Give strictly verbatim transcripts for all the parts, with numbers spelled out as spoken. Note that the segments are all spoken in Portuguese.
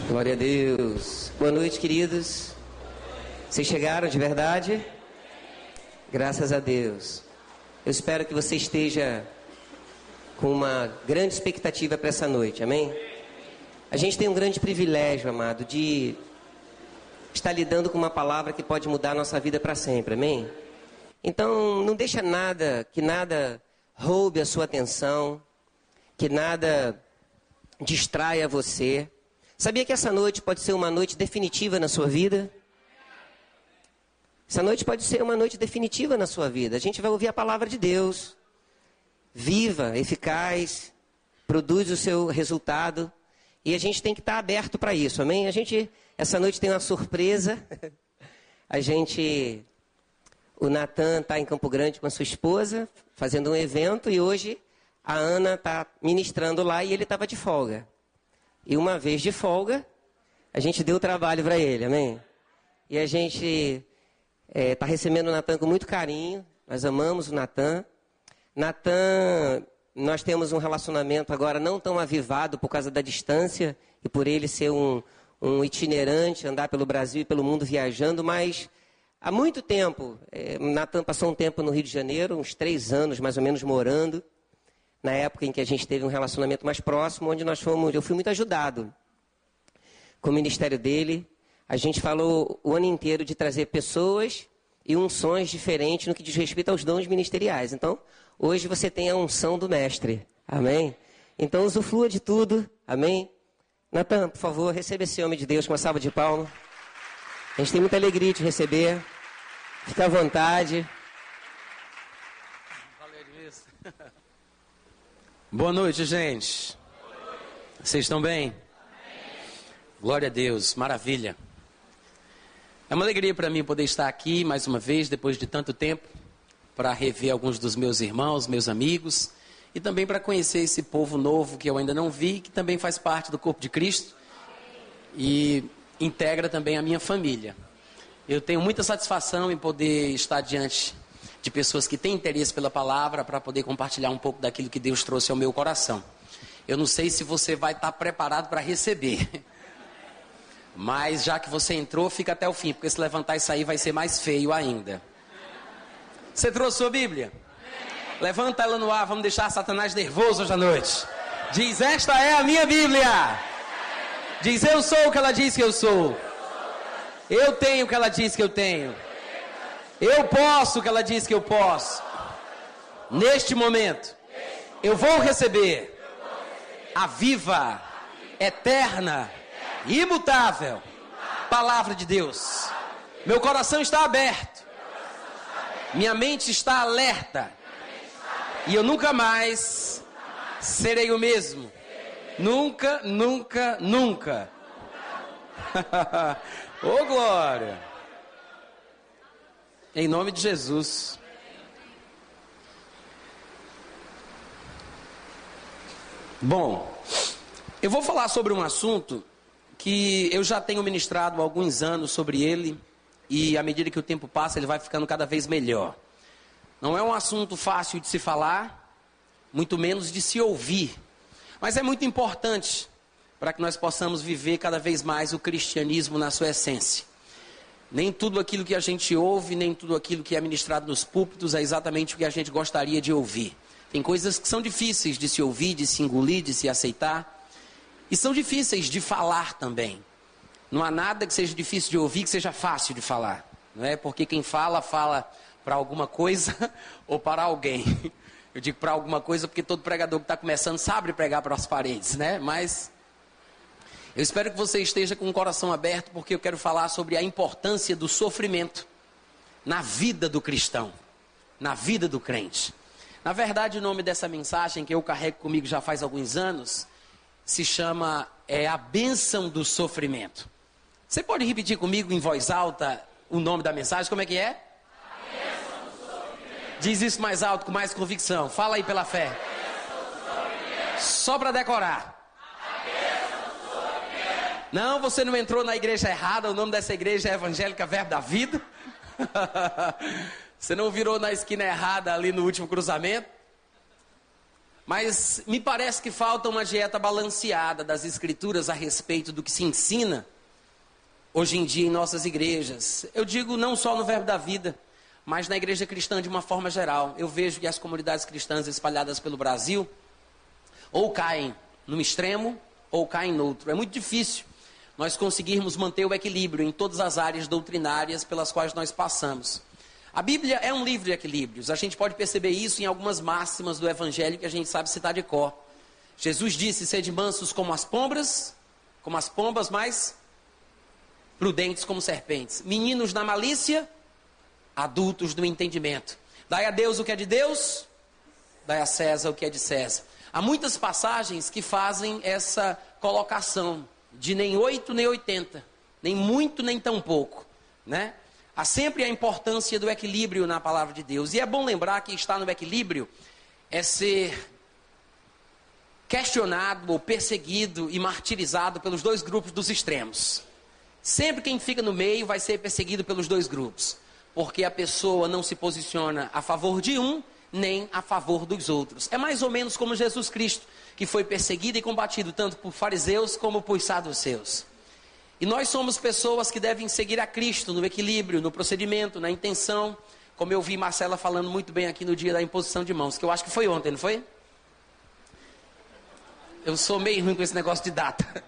Glória a Deus. Boa noite, queridos. Vocês chegaram de verdade? Graças a Deus. Eu espero que você esteja com uma grande expectativa para essa noite, amém? A gente tem um grande privilégio, amado, de estar lidando com uma palavra que pode mudar a nossa vida para sempre, amém? Então, não deixa nada, que nada roube a sua atenção, que nada distraia você. Sabia que essa noite pode ser uma noite definitiva na sua vida? Essa noite pode ser uma noite definitiva na sua vida. A gente vai ouvir a palavra de Deus. Viva, eficaz, produz o seu resultado. E a gente tem que estar aberto para isso, amém? A gente, essa noite tem uma surpresa. A gente, o Natan está em Campo Grande com a sua esposa, fazendo um evento. E hoje a Ana está ministrando lá e ele estava de folga. E uma vez de folga, a gente deu trabalho para ele, amém? E a gente está é, recebendo o Natan com muito carinho. Nós amamos o Natan. Natan, nós temos um relacionamento agora não tão avivado por causa da distância e por ele ser um, um itinerante, andar pelo Brasil e pelo mundo viajando, mas há muito tempo, é, Natan passou um tempo no Rio de Janeiro, uns três anos mais ou menos morando, na época em que a gente teve um relacionamento mais próximo, onde nós fomos, eu fui muito ajudado com o ministério dele. A gente falou o ano inteiro de trazer pessoas e unções diferentes no que diz respeito aos dons ministeriais. Então, hoje você tem a unção do mestre, amém? Então, usufrua de tudo, amém? Natan, por favor, receba esse homem de Deus com uma salva de palmas. A gente tem muita alegria de te receber. Fica à vontade. Valeu isso. Boa noite, gente. Boa noite. Vocês estão bem? Amém. Glória a Deus, maravilha. É uma alegria para mim poder estar aqui mais uma vez, depois de tanto tempo, para rever alguns dos meus irmãos, meus amigos, e também para conhecer esse povo novo que eu ainda não vi, que também faz parte do corpo de Cristo e integra também a minha família. Eu tenho muita satisfação em poder estar diante de pessoas que têm interesse pela palavra para poder compartilhar um pouco daquilo que Deus trouxe ao meu coração. Eu não sei se você vai estar preparado para receber, mas já que você entrou, fica até o fim, porque se levantar e sair vai ser mais feio ainda. Você trouxe sua Bíblia? Levanta ela no ar, vamos deixar Satanás nervoso hoje à noite. Diz, esta é a minha Bíblia. Diz, eu sou o que ela diz que eu sou. Eu tenho o que ela diz que eu tenho. Eu posso o que ela diz que eu posso. Neste momento, eu vou receber a viva, eterna, imutável palavra de Deus. Meu coração está aberto. Minha mente está alerta. E eu nunca mais serei o mesmo. Nunca, nunca, nunca. Ô glória! Em nome de Jesus. Bom, eu vou falar sobre um assunto que eu já tenho ministrado há alguns anos sobre ele, e à medida que o tempo passa ele vai ficando cada vez melhor. Não é um assunto fácil de se falar, muito menos de se ouvir, mas é muito importante para que nós possamos viver cada vez mais o cristianismo na sua essência. Nem tudo aquilo que a gente ouve, nem tudo aquilo que é ministrado nos púlpitos é exatamente o que a gente gostaria de ouvir. Tem coisas que são difíceis de se ouvir, de se engolir, de se aceitar. E são difíceis de falar também. Não há nada que seja difícil de ouvir que seja fácil de falar. Não é? Porque quem fala, fala para alguma coisa ou para alguém. Eu digo para alguma coisa porque todo pregador que está começando sabe pregar para as paredes, né? Mas eu espero que você esteja com o coração aberto, porque eu quero falar sobre a importância do sofrimento na vida do cristão, na vida do crente. Na verdade, o nome dessa mensagem que eu carrego comigo já faz alguns anos se chama é, A Bênção do Sofrimento. Você pode repetir comigo em voz alta o nome da mensagem? Como é que é? A Bênção do Sofrimento. Diz isso mais alto, com mais convicção. Fala aí pela fé. A Bênção do Sofrimento. Só para decorar. Não, você não entrou na igreja errada. O nome dessa igreja é Evangélica Verbo da Vida. Você não virou na esquina errada ali no último cruzamento. Mas me parece que falta uma dieta balanceada das Escrituras a respeito do que se ensina hoje em dia em nossas igrejas. Eu digo não só no Verbo da Vida, mas na igreja cristã de uma forma geral. Eu vejo que as comunidades cristãs espalhadas pelo Brasil ou caem num extremo ou caem no outro. É muito difícil nós conseguirmos manter o equilíbrio em todas as áreas doutrinárias pelas quais nós passamos. A Bíblia é um livro de equilíbrios. A gente pode perceber isso em algumas máximas do Evangelho que a gente sabe citar de cor. Jesus disse: sede mansos como as pombas, como as pombas, mas prudentes como serpentes. Meninos na malícia, adultos no entendimento. Dai a Deus o que é de Deus, dai a César o que é de César. Há muitas passagens que fazem essa colocação de nem oito nem oitenta, nem muito nem tão pouco, né? Há sempre a importância do equilíbrio na palavra de Deus. E é bom lembrar que estar no equilíbrio é ser questionado ou perseguido e martirizado pelos dois grupos dos extremos. Sempre quem fica no meio vai ser perseguido pelos dois grupos, porque a pessoa não se posiciona a favor de um, nem a favor dos outros. É mais ou menos como Jesus Cristo, que foi perseguido e combatido tanto por fariseus como por saduceus. E nós somos pessoas que devem seguir a Cristo no equilíbrio, no procedimento, na intenção, como eu vi Marcela falando muito bem aqui no dia da imposição de mãos, que eu acho que foi ontem, não foi? Eu sou meio ruim com esse negócio de data.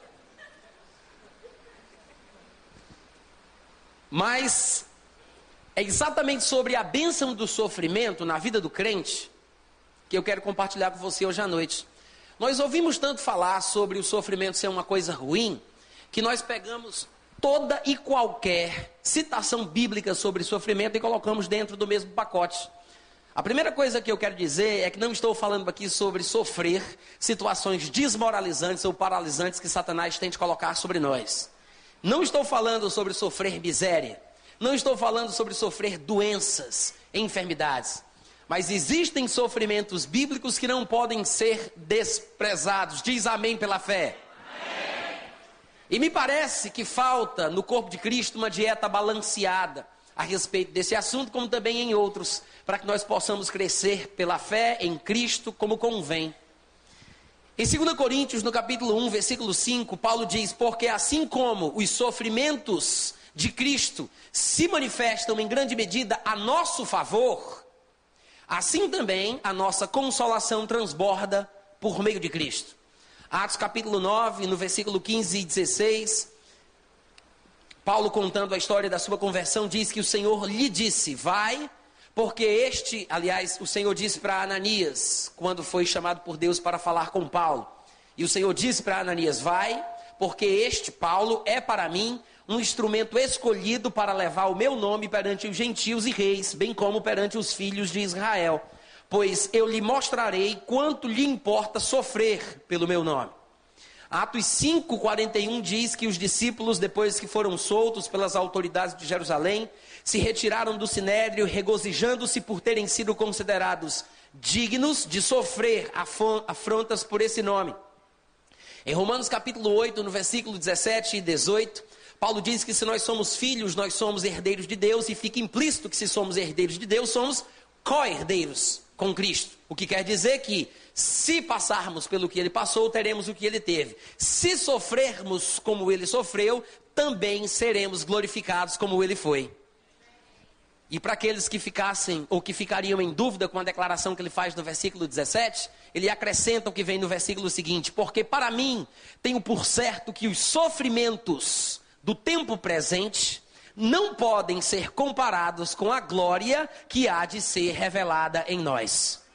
Mas é exatamente sobre a bênção do sofrimento na vida do crente que eu quero compartilhar com você hoje à noite. Nós ouvimos tanto falar sobre o sofrimento ser uma coisa ruim, que nós pegamos toda e qualquer citação bíblica sobre sofrimento e colocamos dentro do mesmo pacote. A primeira coisa que eu quero dizer é que não estou falando aqui sobre sofrer situações desmoralizantes ou paralisantes que Satanás tente colocar sobre nós. Não estou falando sobre sofrer miséria. Não estou falando sobre sofrer doenças, enfermidades. Mas existem sofrimentos bíblicos que não podem ser desprezados. Diz amém pela fé. E me parece que falta no corpo de Cristo uma dieta balanceada a respeito desse assunto, como também em outros, para que nós possamos crescer pela fé em Cristo como convém. Em dois Coríntios, no capítulo um, versículo cinco, Paulo diz: porque assim como os sofrimentos de Cristo se manifestam em grande medida a nosso favor, assim também a nossa consolação transborda por meio de Cristo. Atos capítulo nove, no versículo quinze e dezesseis, Paulo, contando a história da sua conversão, diz que o Senhor lhe disse: vai, porque este, aliás, o Senhor disse para Ananias, quando foi chamado por Deus para falar com Paulo, e o Senhor disse para Ananias: vai, porque este, Paulo, é para mim um instrumento escolhido para levar o meu nome perante os gentios e reis, bem como perante os filhos de Israel. Pois eu lhe mostrarei quanto lhe importa sofrer pelo meu nome. Atos cinco, quarenta e um diz que os discípulos, depois que foram soltos pelas autoridades de Jerusalém, se retiraram do sinédrio, regozijando-se por terem sido considerados dignos de sofrer afrontas por esse nome. Em Romanos capítulo oito, no versículo dezessete e dezoito, Paulo diz que se nós somos filhos, nós somos herdeiros de Deus, e fica implícito que se somos herdeiros de Deus, somos co-herdeiros com Cristo. O que quer dizer que, se passarmos pelo que ele passou, teremos o que ele teve. Se sofrermos como ele sofreu, também seremos glorificados como ele foi. E para aqueles que ficassem, ou que ficariam em dúvida com a declaração que ele faz no versículo dezessete, ele acrescenta o que vem no versículo seguinte: porque para mim tenho por certo que os sofrimentos do tempo presente não podem ser comparados com a glória que há de ser revelada em nós.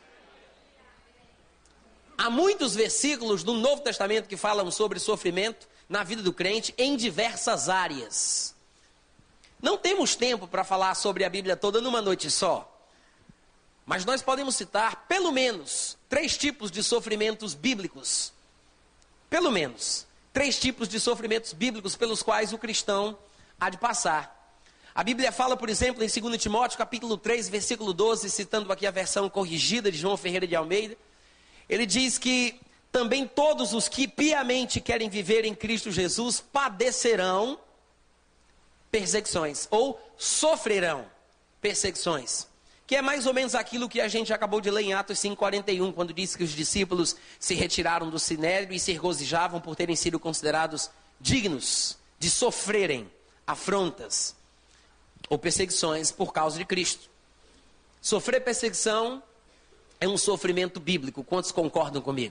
Há muitos versículos no Novo Testamento que falam sobre sofrimento na vida do crente em diversas áreas. Não temos tempo para falar sobre a Bíblia toda numa noite só, mas nós podemos citar pelo menos três tipos de sofrimentos bíblicos. Pelo menos três tipos de sofrimentos bíblicos pelos quais o cristão há de passar. A Bíblia fala, por exemplo, em dois Timóteo, capítulo três, versículo doze, citando aqui a versão corrigida de João Ferreira de Almeida, ele diz que também todos os que piamente querem viver em Cristo Jesus padecerão perseguições, ou sofrerão perseguições. que é mais ou menos aquilo que a gente acabou de ler em Atos cinco, quarenta e um, quando diz que os discípulos se retiraram do sinédrio e se regozijavam por terem sido considerados dignos de sofrerem afrontas ou perseguições por causa de Cristo. Sofrer perseguição é um sofrimento bíblico. Quantos concordam comigo?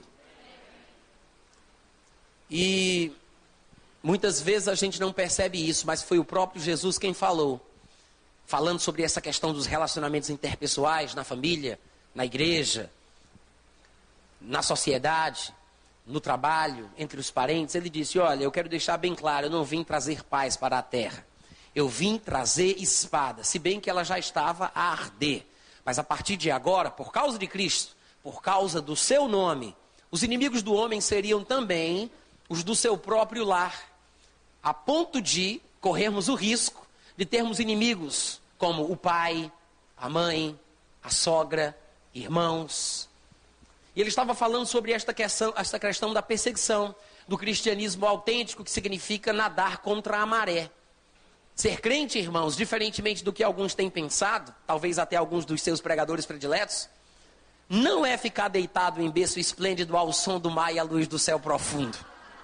E muitas vezes a gente não percebe isso, mas foi o próprio Jesus quem falou. Falando sobre essa questão dos relacionamentos interpessoais na família, na igreja, na sociedade, no trabalho, entre os parentes. Ele disse, olha, eu quero deixar bem claro, eu não vim trazer paz para a terra. Eu vim trazer espada, se bem que ela já estava a arder. Mas a partir de agora, por causa de Cristo, por causa do seu nome, os inimigos do homem seriam também os do seu próprio lar, a ponto de corrermos o risco de termos inimigos como o pai, a mãe, a sogra, irmãos. E ele estava falando sobre esta questão, esta questão da perseguição, do cristianismo autêntico, que significa nadar contra a maré. Ser crente, irmãos, diferentemente do que alguns têm pensado, talvez até alguns dos seus pregadores prediletos, não é ficar deitado em berço esplêndido ao som do mar e à luz do céu profundo.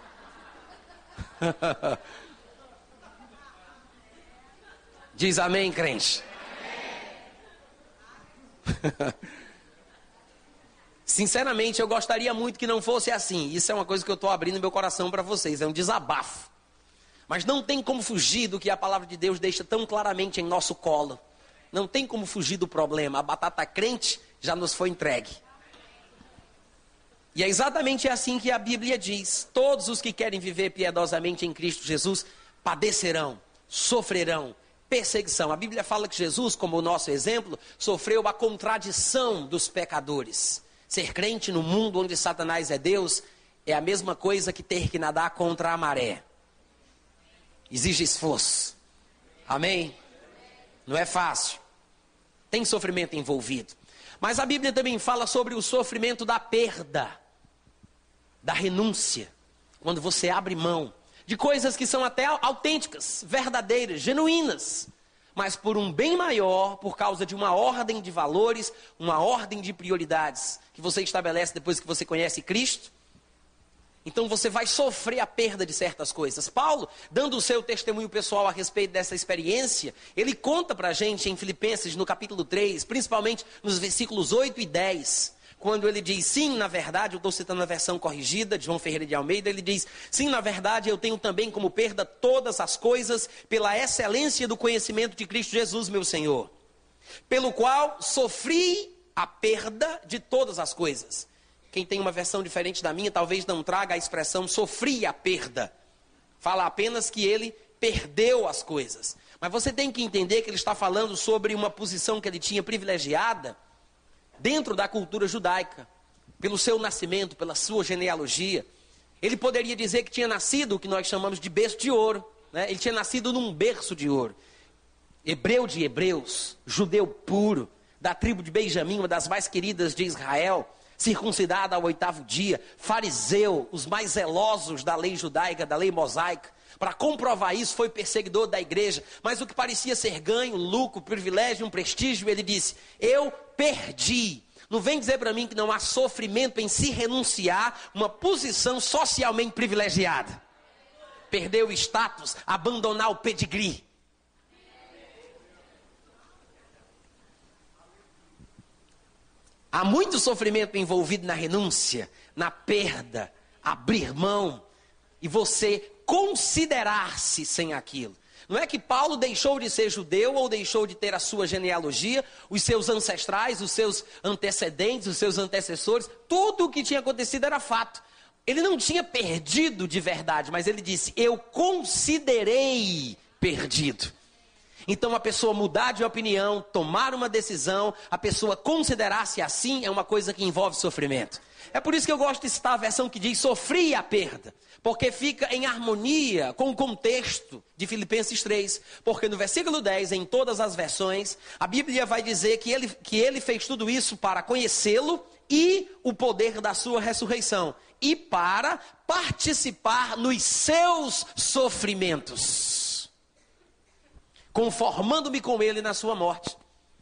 Diz amém, crente? Amém. Sinceramente, eu gostaria muito que não fosse assim. Isso é uma coisa que eu estou abrindo meu coração para vocês. É um desabafo. Mas não tem como fugir do que a palavra de Deus deixa tão claramente em nosso colo. Não tem como fugir do problema. A batata crente já nos foi entregue. E é exatamente assim que a Bíblia diz. Todos os que querem viver piedosamente em Cristo Jesus padecerão, sofrerão perseguição. A Bíblia fala que Jesus, como o nosso exemplo, sofreu a contradição dos pecadores. Ser crente no mundo onde Satanás é Deus é a mesma coisa que ter que nadar contra a maré. Exige esforço. Amém? Não é fácil. Tem sofrimento envolvido. Mas a Bíblia também fala sobre o sofrimento da perda, da renúncia. Quando você abre mão de coisas que são até autênticas, verdadeiras, genuínas, mas por um bem maior, por causa de uma ordem de valores, uma ordem de prioridades que você estabelece depois que você conhece Cristo. Então você vai sofrer a perda de certas coisas. Paulo, dando o seu testemunho pessoal a respeito dessa experiência, ele conta para a gente em Filipenses, no capítulo três, principalmente nos versículos oito e dez, quando ele diz, sim, na verdade, eu estou citando a versão corrigida de João Ferreira de Almeida, ele diz, sim, na verdade, eu tenho também como perda todas as coisas pela excelência do conhecimento de Cristo Jesus, meu Senhor, pelo qual sofri a perda de todas as coisas. Quem tem uma versão diferente da minha, talvez não traga a expressão sofri a perda. Fala apenas que ele perdeu as coisas. Mas você tem que entender que ele está falando sobre uma posição que ele tinha privilegiada dentro da cultura judaica, pelo seu nascimento, pela sua genealogia. Ele poderia dizer que tinha nascido o que nós chamamos de berço de ouro, né? Ele tinha nascido num berço de ouro. Hebreu de hebreus, judeu puro, da tribo de Benjamim, uma das mais queridas de Israel, circuncidado ao oitavo dia, fariseu, os mais zelosos da lei judaica, da lei mosaica. Para comprovar isso, foi perseguidor da igreja, mas o que parecia ser ganho, lucro, privilégio, um prestígio, ele disse, eu perdi. Não vem dizer para mim que não há sofrimento em se renunciar uma posição socialmente privilegiada. Perder o status, abandonar o pedigree. Há muito sofrimento envolvido na renúncia, na perda, abrir mão e você considerar-se sem aquilo. Não é que Paulo deixou de ser judeu ou deixou de ter a sua genealogia, os seus ancestrais, os seus antecedentes, os seus antecessores, tudo o que tinha acontecido era fato. Ele não tinha perdido de verdade, mas ele disse, eu considerei perdido. Então a pessoa mudar de opinião, tomar uma decisão, a pessoa considerar-se assim é uma coisa que envolve sofrimento. É por isso que eu gosto de citar a versão que diz sofri a perda, porque fica em harmonia com o contexto de Filipenses três. Porque no versículo dez, em todas as versões, a Bíblia vai dizer que ele, que ele fez tudo isso para conhecê-lo e o poder da sua ressurreição. E para participar nos seus sofrimentos, conformando-me com ele na sua morte.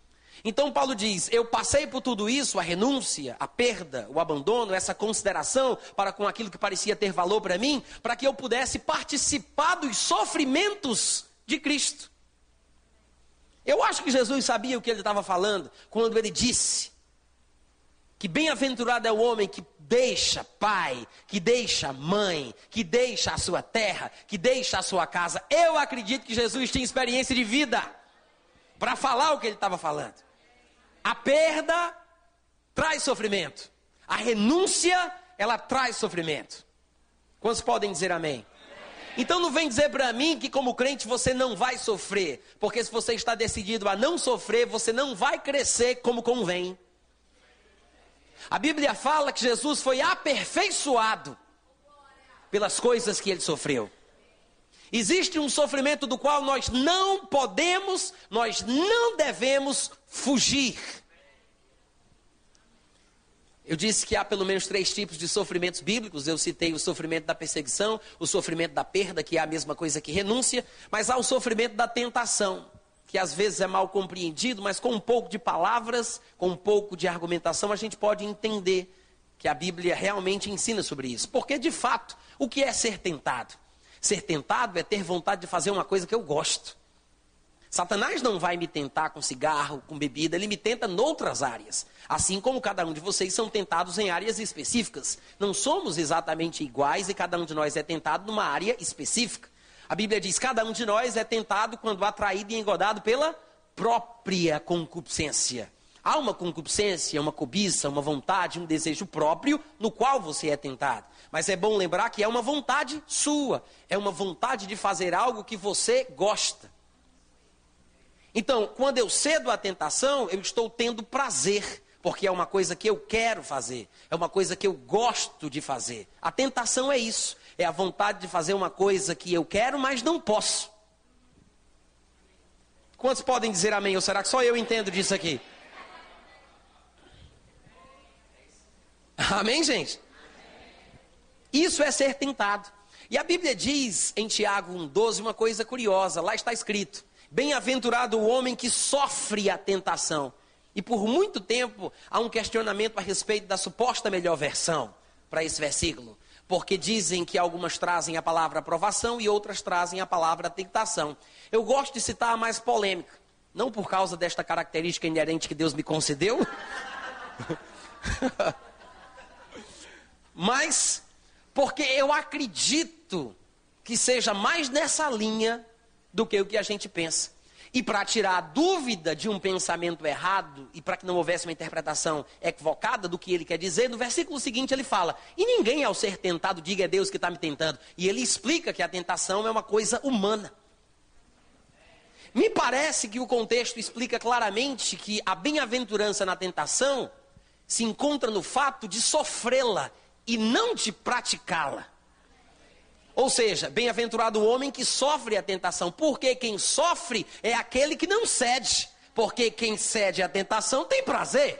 Então Paulo diz, eu passei por tudo isso, a renúncia, a perda, o abandono, essa consideração para com aquilo que parecia ter valor para mim, para que eu pudesse participar dos sofrimentos de Cristo. Eu acho que Jesus sabia o que ele estava falando, quando ele disse que bem-aventurado é o homem que deixa pai, que deixa mãe, que deixa a sua terra, que deixa a sua casa. Eu acredito que Jesus tinha experiência de vida para falar o que ele estava falando. A perda traz sofrimento. A renúncia, ela traz sofrimento. Quantos podem dizer amém? Então não vem dizer para mim que como crente você não vai sofrer. Porque se você está decidido a não sofrer, você não vai crescer como convém. A Bíblia fala que Jesus foi aperfeiçoado pelas coisas que ele sofreu. Existe um sofrimento do qual nós não podemos, nós não devemos fugir. Eu disse que há pelo menos três tipos de sofrimentos bíblicos. Eu citei o sofrimento da perseguição, o sofrimento da perda, que é a mesma coisa que renúncia, mas há o sofrimento da tentação, que às vezes é mal compreendido, mas com um pouco de palavras, com um pouco de argumentação, a gente pode entender que a Bíblia realmente ensina sobre isso. Porque, de fato, o que é ser tentado? Ser tentado é ter vontade de fazer uma coisa que eu gosto. Satanás não vai me tentar com cigarro, com bebida, ele me tenta noutras áreas. Assim como cada um de vocês são tentados em áreas específicas. Não somos exatamente iguais e cada um de nós é tentado numa área específica. A Bíblia diz que cada um de nós é tentado quando atraído e engodado pela própria concupiscência. Há uma concupiscência, uma cobiça, uma vontade, um desejo próprio no qual você é tentado. Mas é bom lembrar que é uma vontade sua. É uma vontade de fazer algo que você gosta. Então, quando eu cedo à tentação, eu estou tendo prazer. Porque é uma coisa que eu quero fazer. É uma coisa que eu gosto de fazer. A tentação é isso. É a vontade de fazer uma coisa que eu quero, mas não posso. Quantos podem dizer amém? Ou será que só eu entendo disso aqui? Amém, gente? Isso é ser tentado. E a Bíblia diz em Tiago um, doze uma coisa curiosa. Lá está escrito: bem-aventurado o homem que sofre a tentação. E por muito tempo há um questionamento a respeito da suposta melhor versão para esse versículo. Porque dizem que algumas trazem a palavra aprovação e outras trazem a palavra tentação. Eu gosto de citar a mais polêmica. Não por causa desta característica inerente que Deus me concedeu. Mas porque eu acredito que seja mais nessa linha do que o que a gente pensa. E para tirar a dúvida de um pensamento errado, e para que não houvesse uma interpretação equivocada do que ele quer dizer, no versículo seguinte ele fala: e ninguém ao ser tentado diga é Deus que está me tentando. E ele explica que a tentação é uma coisa humana. Me parece que o contexto explica claramente que a bem-aventurança na tentação se encontra no fato de sofrê-la e não de praticá-la. Ou seja, bem-aventurado o homem que sofre a tentação, porque quem sofre é aquele que não cede, porque quem cede à tentação tem prazer.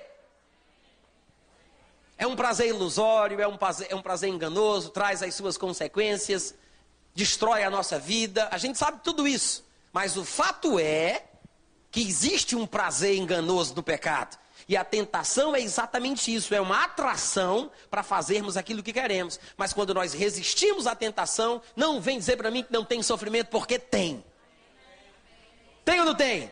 É um prazer ilusório, é um prazer, é um prazer enganoso, traz as suas consequências, destrói a nossa vida, a gente sabe tudo isso. Mas o fato é que existe um prazer enganoso no pecado. E a tentação é exatamente isso, é uma atração para fazermos aquilo que queremos. Mas quando nós resistimos à tentação, não vem dizer para mim que não tem sofrimento, porque tem. Tem ou não tem?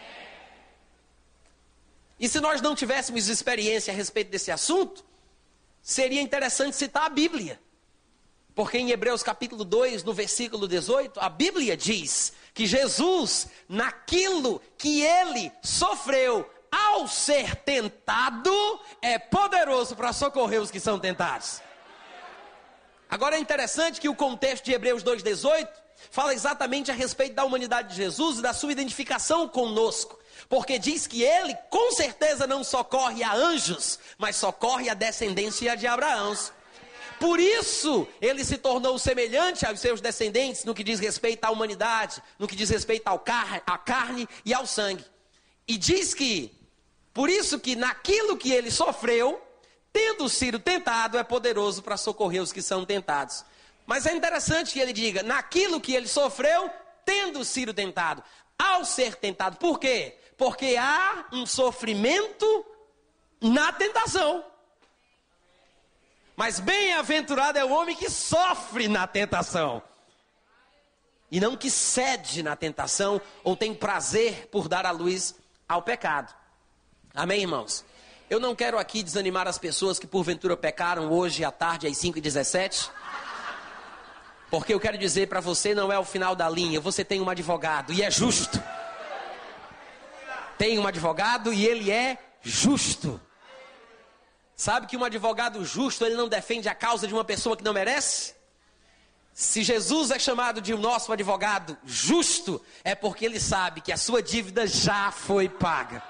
E se nós não tivéssemos experiência a respeito desse assunto, seria interessante citar a Bíblia. Porque em Hebreus capítulo dois, no versículo dezoito, a Bíblia diz que Jesus, naquilo que ele sofreu, ao ser tentado, é poderoso para socorrer os que são tentados. Agora é interessante que o contexto de Hebreus dois, dezoito fala exatamente a respeito da humanidade de Jesus e da sua identificação conosco. Porque diz que ele, com certeza, não socorre a anjos, mas socorre a descendência de Abraão. Por isso, ele se tornou semelhante aos seus descendentes no que diz respeito à humanidade, no que diz respeito ao car- à carne e ao sangue. E diz que, por isso que naquilo que ele sofreu, tendo sido tentado, é poderoso para socorrer os que são tentados. Mas é interessante que ele diga, naquilo que ele sofreu, tendo sido tentado. Ao ser tentado, por quê? Porque há um sofrimento na tentação. Mas bem-aventurado é o homem que sofre na tentação. E não que cede na tentação ou tem prazer por dar a luz ao pecado. Amém, irmãos? Eu não quero aqui desanimar as pessoas que porventura pecaram hoje à tarde às cinco e dezessete. Porque eu quero dizer para você, não é o final da linha. Você tem um advogado e é justo. Tem um advogado e ele é justo. Sabe que um advogado justo, ele não defende a causa de uma pessoa que não merece? Se Jesus é chamado de nosso advogado justo, é porque ele sabe que a sua dívida já foi paga.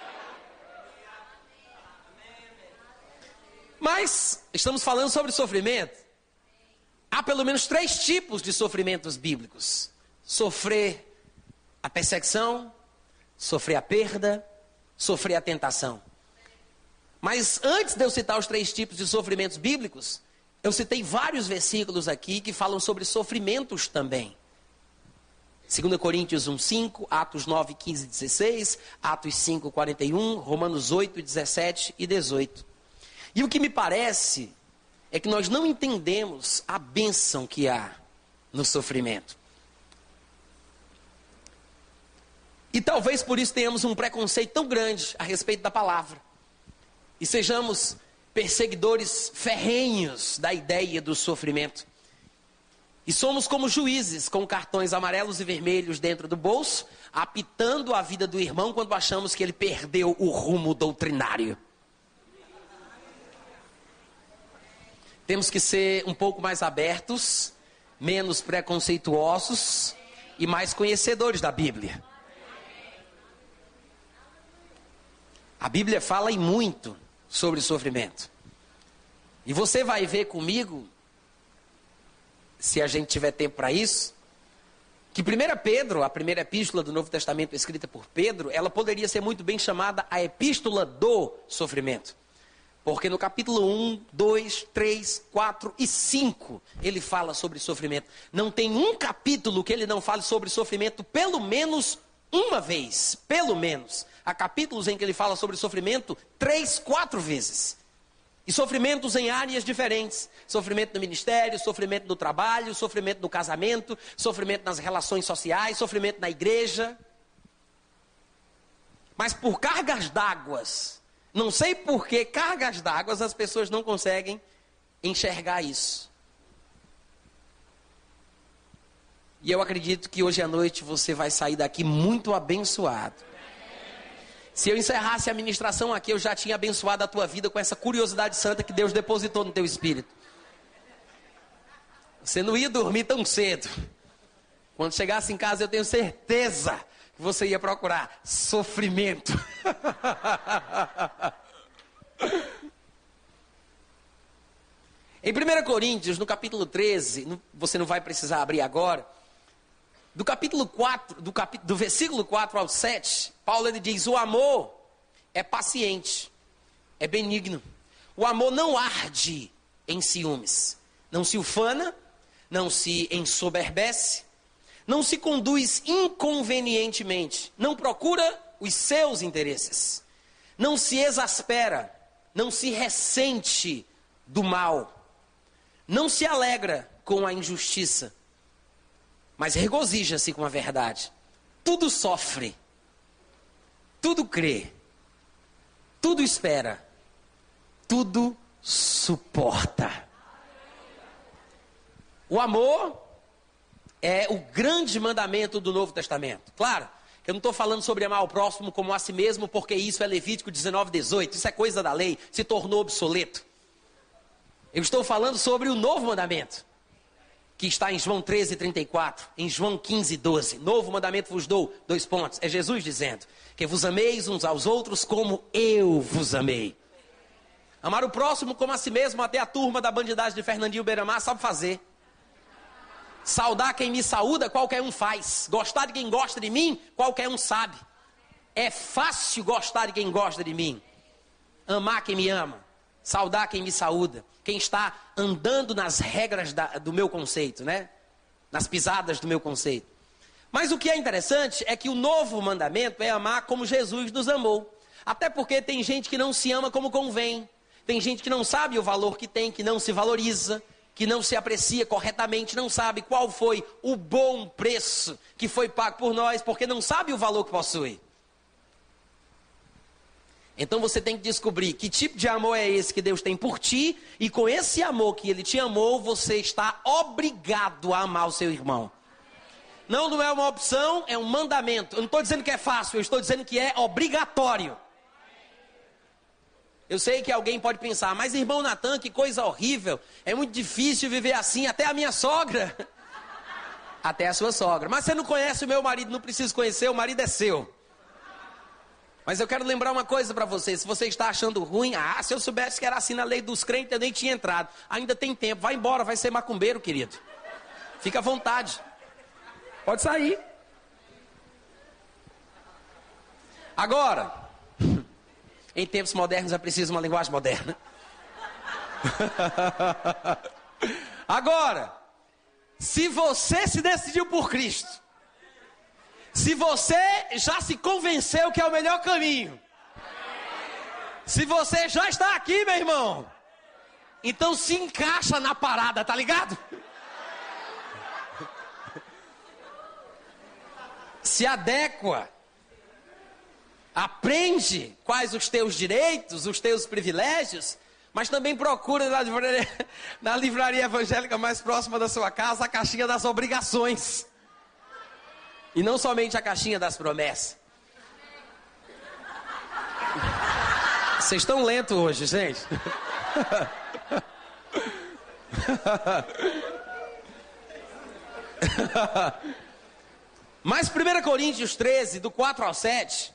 Mas estamos falando sobre sofrimento. Há pelo menos três tipos de sofrimentos bíblicos: sofrer a perseguição, sofrer a perda, sofrer a tentação. Mas antes de eu citar os três tipos de sofrimentos bíblicos, eu citei vários versículos aqui que falam sobre sofrimentos também. dois Coríntios um, cinco, Atos nove, quinze e dezesseis, Atos cinco, quarenta e um, Romanos oito, dezessete e dezoito. E o que me parece é que nós não entendemos a bênção que há no sofrimento. E talvez por isso tenhamos um preconceito tão grande a respeito da palavra. E sejamos perseguidores ferrenhos da ideia do sofrimento. E somos como juízes com cartões amarelos e vermelhos dentro do bolso, apitando a vida do irmão quando achamos que ele perdeu o rumo doutrinário. Temos que ser um pouco mais abertos, menos preconceituosos e mais conhecedores da Bíblia. A Bíblia fala em muito sobre sofrimento. E você vai ver comigo, se a gente tiver tempo para isso, que primeira Pedro, a primeira epístola do Novo Testamento escrita por Pedro, ela poderia ser muito bem chamada a epístola do sofrimento. Porque no capítulo um, dois, três, quatro e cinco, ele fala sobre sofrimento. Não tem um capítulo que ele não fale sobre sofrimento, pelo menos uma vez. Pelo menos. Há capítulos em que ele fala sobre sofrimento três, quatro vezes. E sofrimentos em áreas diferentes. Sofrimento no ministério, sofrimento no trabalho, sofrimento no casamento, sofrimento nas relações sociais, sofrimento na igreja. Mas por cargas d'águas, não sei por que cargas d'águas as pessoas não conseguem enxergar isso. E eu acredito que hoje à noite você vai sair daqui muito abençoado. Se eu encerrasse a ministração aqui, eu já tinha abençoado a tua vida com essa curiosidade santa que Deus depositou no teu espírito. Você não ia dormir tão cedo. Quando chegasse em casa, eu tenho certeza que você ia procurar sofrimento. Em primeira Coríntios, no capítulo treze, você não vai precisar abrir agora, do capítulo quatro, do, cap, do versículo quatro ao sete, Paulo ele diz: o amor é paciente, é benigno. O amor não arde em ciúmes, não se ufana, não se ensoberbece, não se conduz inconvenientemente, não procura os seus interesses, não se exaspera, não se ressente do mal, não se alegra com a injustiça, mas regozija-se com a verdade. Tudo sofre, tudo crê, tudo espera, tudo suporta. O amor é o grande mandamento do Novo Testamento. Claro, eu não estou falando sobre amar o próximo como a si mesmo, porque isso é Levítico dezenove, dezoito, isso é coisa da lei, se tornou obsoleto. Eu estou falando sobre o novo mandamento, que está em João treze, trinta e quatro, em João quinze, doze. Novo mandamento vos dou, dois pontos. É Jesus dizendo que vos ameis uns aos outros como eu vos amei. Amar o próximo como a si mesmo, até a turma da bandidagem de Fernandinho Beiramar sabe fazer. Saudar quem me saúda, qualquer um faz. Gostar de quem gosta de mim, qualquer um sabe. É fácil gostar de quem gosta de mim. Amar quem me ama. Saudar quem me saúda. Quem está andando nas regras da, do meu conceito, né? Nas pisadas do meu conceito. Mas o que é interessante é que o novo mandamento é amar como Jesus nos amou. Até porque tem gente que não se ama como convém. Tem gente que não sabe o valor que tem, que não se valoriza, que não se aprecia corretamente, não sabe qual foi o bom preço que foi pago por nós, porque não sabe o valor que possui. Então você tem que descobrir que tipo de amor é esse que Deus tem por ti, e com esse amor que Ele te amou, você está obrigado a amar o seu irmão. Não, não é uma opção, é um mandamento. Eu não estou dizendo que é fácil, eu estou dizendo que é obrigatório. Eu sei que alguém pode pensar, mas irmão Natan, que coisa horrível, é muito difícil viver assim, até a minha sogra. Até a sua sogra. Mas você não conhece o meu marido, não precisa conhecer, o marido é seu. Mas eu quero lembrar uma coisa para você, se você está achando ruim, ah, se eu soubesse que era assim na lei dos crentes, eu nem tinha entrado. Ainda tem tempo, vai embora, vai ser macumbeiro, querido. Fica à vontade. Pode sair. Agora, em tempos modernos é preciso uma linguagem moderna. Agora, se você se decidiu por Cristo, se você já se convenceu que é o melhor caminho, se você já está aqui, meu irmão, então se encaixa na parada, tá ligado? Se adequa. Aprende quais os teus direitos, os teus privilégios, mas também procura na livraria, na livraria evangélica mais próxima da sua casa a caixinha das obrigações. E não somente a caixinha das promessas. Vocês estão lentos hoje, gente. Mas primeira Coríntios treze, do quatro ao sete...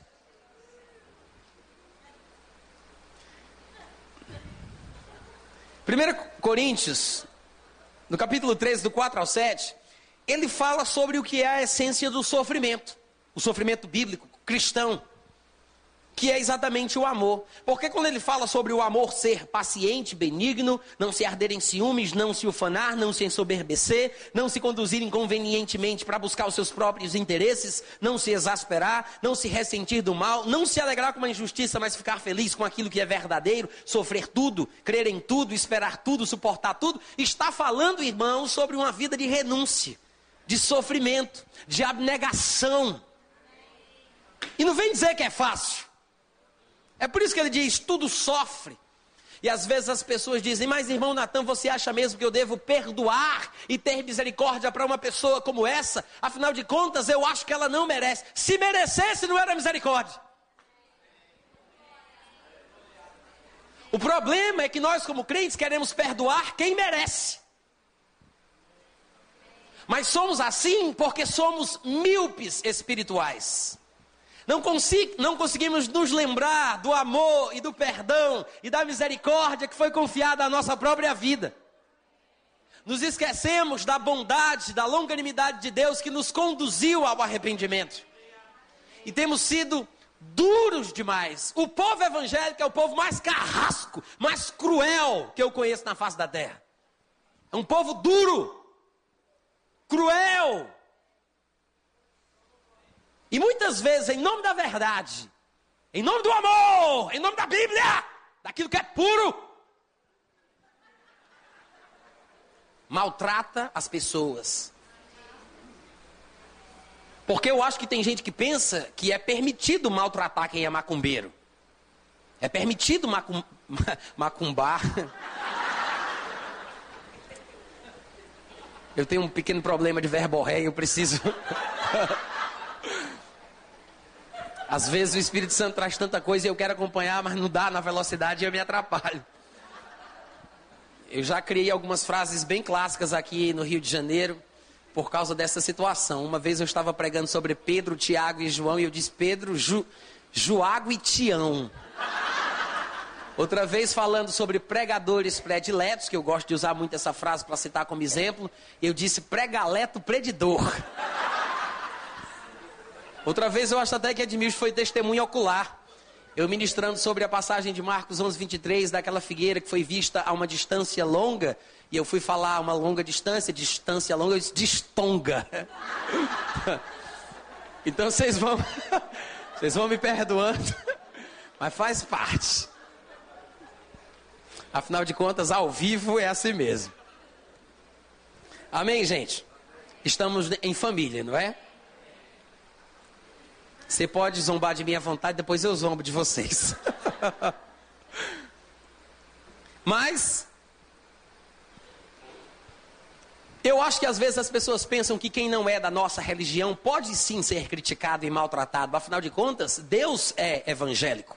primeira Coríntios, no capítulo treze, do quatro ao sete, ele fala sobre o que é a essência do sofrimento. O sofrimento bíblico, cristão, que é exatamente o amor. Porque quando ele fala sobre o amor ser paciente, benigno, não se arder em ciúmes, não se ufanar, não se ensoberbecer, não se conduzir inconvenientemente para buscar os seus próprios interesses, não se exasperar, não se ressentir do mal, não se alegrar com uma injustiça, mas ficar feliz com aquilo que é verdadeiro, sofrer tudo, crer em tudo, esperar tudo, suportar tudo, está falando, irmãos, sobre uma vida de renúncia, de sofrimento, de abnegação. E não vem dizer que é fácil. É por isso que ele diz, tudo sofre. E às vezes as pessoas dizem, mas irmão Natan, você acha mesmo que eu devo perdoar e ter misericórdia para uma pessoa como essa? Afinal de contas, eu acho que ela não merece. Se merecesse, não era misericórdia. O problema é que nós, como crentes, queremos perdoar quem merece. Mas somos assim porque somos míopes espirituais. Não, consigo, não conseguimos nos lembrar do amor e do perdão e da misericórdia que foi confiada à nossa própria vida. Nos esquecemos da bondade, da longanimidade de Deus que nos conduziu ao arrependimento. E temos sido duros demais. O povo evangélico é o povo mais carrasco, mais cruel que eu conheço na face da terra. É um povo duro, cruel. E muitas vezes, em nome da verdade, em nome do amor, em nome da Bíblia, daquilo que é puro, maltrata as pessoas. Porque eu acho que tem gente que pensa que é permitido maltratar quem é macumbeiro. É permitido macum... macumbar. Eu tenho um pequeno problema de verborréia, eu preciso... Às vezes o Espírito Santo traz tanta coisa e eu quero acompanhar, mas não dá na velocidade e eu me atrapalho. Eu já criei algumas frases bem clássicas aqui no Rio de Janeiro por causa dessa situação. Uma vez eu estava pregando sobre Pedro, Tiago e João e eu disse Pedro, Ju, Joago e Tião. Outra vez falando sobre pregadores prediletos, que eu gosto de usar muito essa frase para citar como exemplo, eu disse pregaleto predidor. Outra vez eu acho até que Edmilson foi testemunha ocular. Eu ministrando sobre a passagem de Marcos onze, vinte e três, daquela figueira que foi vista a uma distância longa. E eu fui falar uma longa distância, distância longa, eu disse distonga. Então vocês vão, vocês vão me perdoando, mas faz parte. Afinal de contas, ao vivo é assim mesmo. Amém, gente? Estamos em família, não é? Você pode zombar de mim à vontade, depois eu zombo de vocês. Mas eu acho que às vezes as pessoas pensam que quem não é da nossa religião pode sim ser criticado e maltratado. Afinal de contas, Deus é evangélico.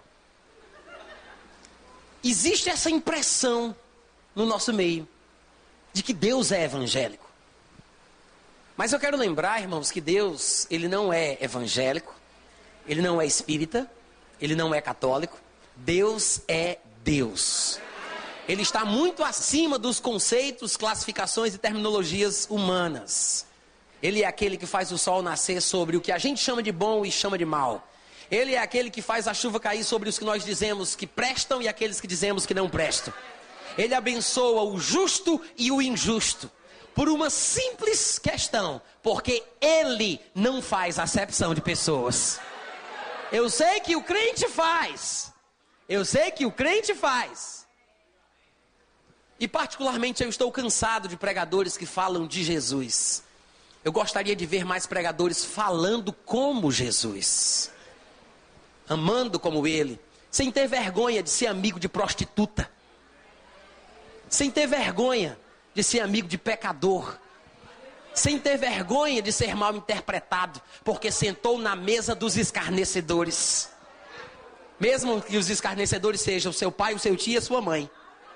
Existe essa impressão no nosso meio de que Deus é evangélico. Mas eu quero lembrar, irmãos, que Deus, ele não é evangélico, ele não é espírita, ele não é católico. Deus é Deus. Ele está muito acima dos conceitos, classificações e terminologias humanas. Ele é aquele que faz o sol nascer sobre o que a gente chama de bom e chama de mal. Ele é aquele que faz a chuva cair sobre os que nós dizemos que prestam e aqueles que dizemos que não prestam. Ele abençoa o justo e o injusto. Por uma simples questão. Porque Ele não faz acepção de pessoas. Eu sei que o crente faz. Eu sei que o crente faz. E particularmente eu estou cansado de pregadores que falam de Jesus. Eu gostaria de ver mais pregadores falando como Jesus. Amando como Ele. Sem ter vergonha de ser amigo de prostituta. Sem ter vergonha de ser amigo de pecador. Sem ter vergonha de ser mal interpretado. Porque sentou na mesa dos escarnecedores. Mesmo que os escarnecedores sejam o seu pai, o seu tio e a sua mãe.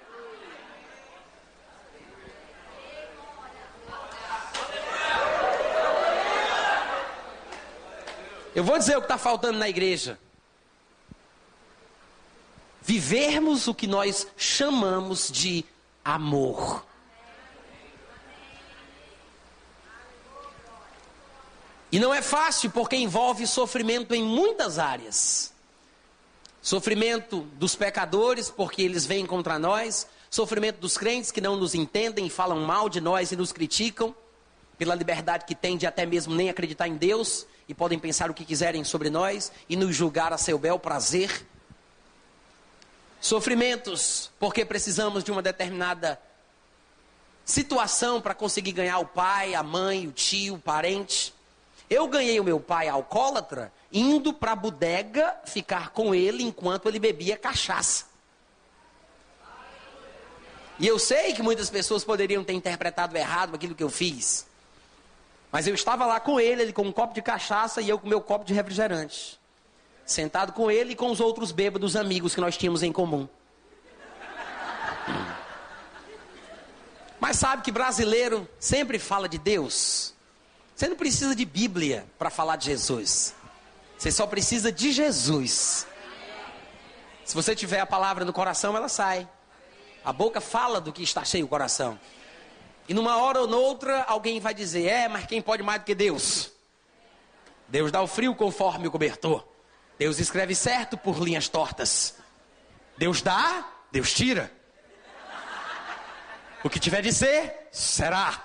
Eu vou dizer o que está faltando na igreja. Vivermos o que nós chamamos de amor. E não é fácil porque envolve sofrimento em muitas áreas. Sofrimento dos pecadores porque eles vêm contra nós. Sofrimento dos crentes que não nos entendem e falam mal de nós e nos criticam. Pela liberdade que têm de até mesmo nem acreditar em Deus. E podem pensar o que quiserem sobre nós e nos julgar a seu bel prazer. Sofrimentos, porque precisamos de uma determinada situação para conseguir ganhar o pai, a mãe, o tio, o parente. Eu ganhei o meu pai alcoólatra indo para a bodega ficar com ele enquanto ele bebia cachaça. E eu sei que muitas pessoas poderiam ter interpretado errado aquilo que eu fiz. Mas eu estava lá com ele, ele com um copo de cachaça e eu com meu copo de refrigerante. Sentado com ele e com os outros bêbados amigos que nós tínhamos em comum. Mas sabe que brasileiro sempre fala de Deus? Você não precisa de Bíblia para falar de Jesus. Você só precisa de Jesus. Se você tiver a palavra no coração, ela sai. A boca fala do que está cheio o coração. E numa hora ou noutra, alguém vai dizer, é, mas quem pode mais do que Deus? Deus dá o frio conforme o cobertor. Deus escreve certo por linhas tortas. Deus dá, Deus tira. O que tiver de ser, será.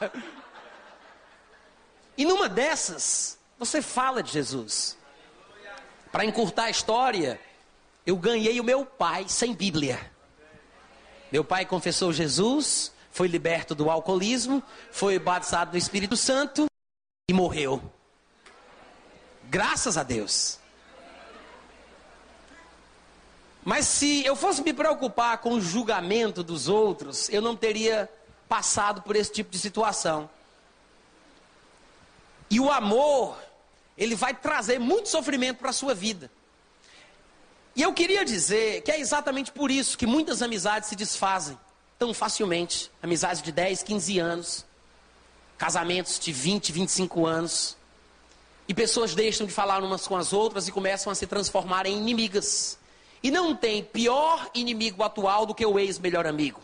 E numa dessas, você fala de Jesus. Para encurtar a história, eu ganhei o meu pai sem Bíblia. Meu pai confessou Jesus, foi liberto do alcoolismo, foi batizado no Espírito Santo e morreu. Graças a Deus. Mas se eu fosse me preocupar com o julgamento dos outros, eu não teria passado por esse tipo de situação. E o amor, ele vai trazer muito sofrimento para a sua vida. E eu queria dizer que é exatamente por isso que muitas amizades se desfazem tão facilmente. Amizades de dez, quinze anos, casamentos de vinte, vinte e cinco anos. E pessoas deixam de falar umas com as outras e começam a se transformar em inimigas. E não tem pior inimigo atual do que o ex-melhor amigo.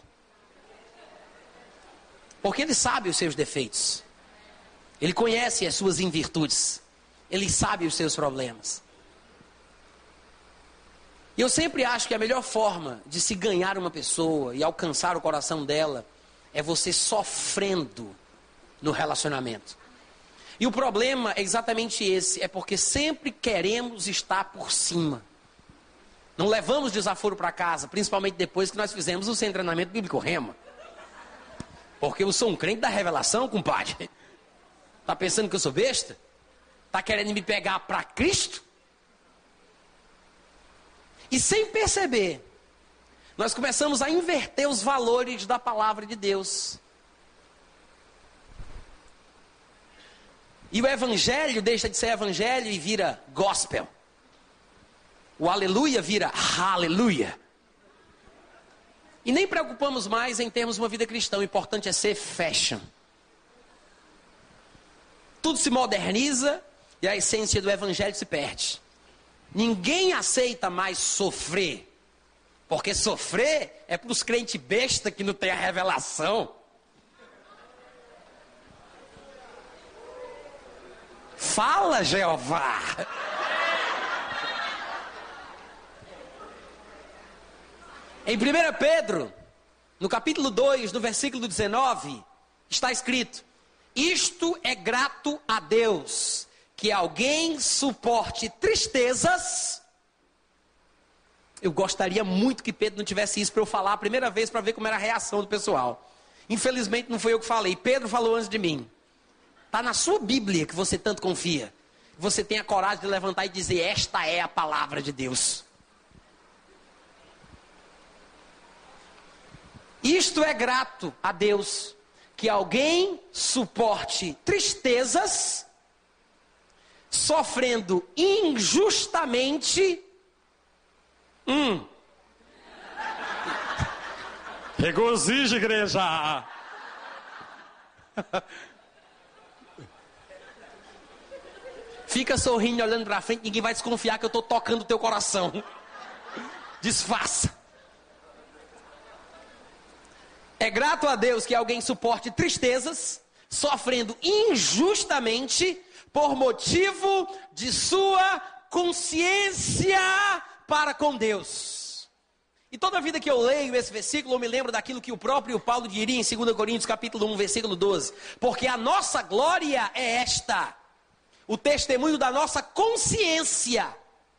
Porque ele sabe os seus defeitos. Ele conhece as suas invirtudes. Ele sabe os seus problemas. E eu sempre acho que a melhor forma de se ganhar uma pessoa e alcançar o coração dela é você sofrendo no relacionamento. E o problema é exatamente esse, é porque sempre queremos estar por cima. Não levamos desaforo para casa, principalmente depois que nós fizemos o seu treinamento bíblico Rema. Porque eu sou um crente da revelação, compadre. Tá pensando que eu sou besta? Tá querendo me pegar para Cristo? E sem perceber, nós começamos a inverter os valores da palavra de Deus. E o evangelho deixa de ser evangelho e vira gospel. O aleluia vira aleluia. E nem preocupamos mais em termos uma vida cristã. O importante é ser fashion. Tudo se moderniza e a essência do evangelho se perde. Ninguém aceita mais sofrer. Porque sofrer é para os crentes besta que não tem a revelação. Fala, Jeová! Em primeiro Pedro, no capítulo dois, no versículo dezenove, está escrito: isto é grato a Deus, que alguém suporte tristezas. Eu gostaria muito que Pedro não tivesse isso para eu falar a primeira vez, para ver como era a reação do pessoal. Infelizmente não foi eu que falei, Pedro falou antes de mim. Está na sua Bíblia que você tanto confia. Você tem a coragem de levantar e dizer: esta é a palavra de Deus. Isto é grato a Deus, que alguém suporte tristezas, sofrendo injustamente. Hum. Regozije, igreja. Fica sorrindo, olhando para frente, ninguém vai desconfiar que eu estou tocando o teu coração. Disfarça. É grato a Deus que alguém suporte tristezas, sofrendo injustamente, por motivo de sua consciência para com Deus. E toda vida que eu leio esse versículo, eu me lembro daquilo que o próprio Paulo diria em dois Coríntios capítulo um, versículo doze. Porque a nossa glória é esta: o testemunho da nossa consciência.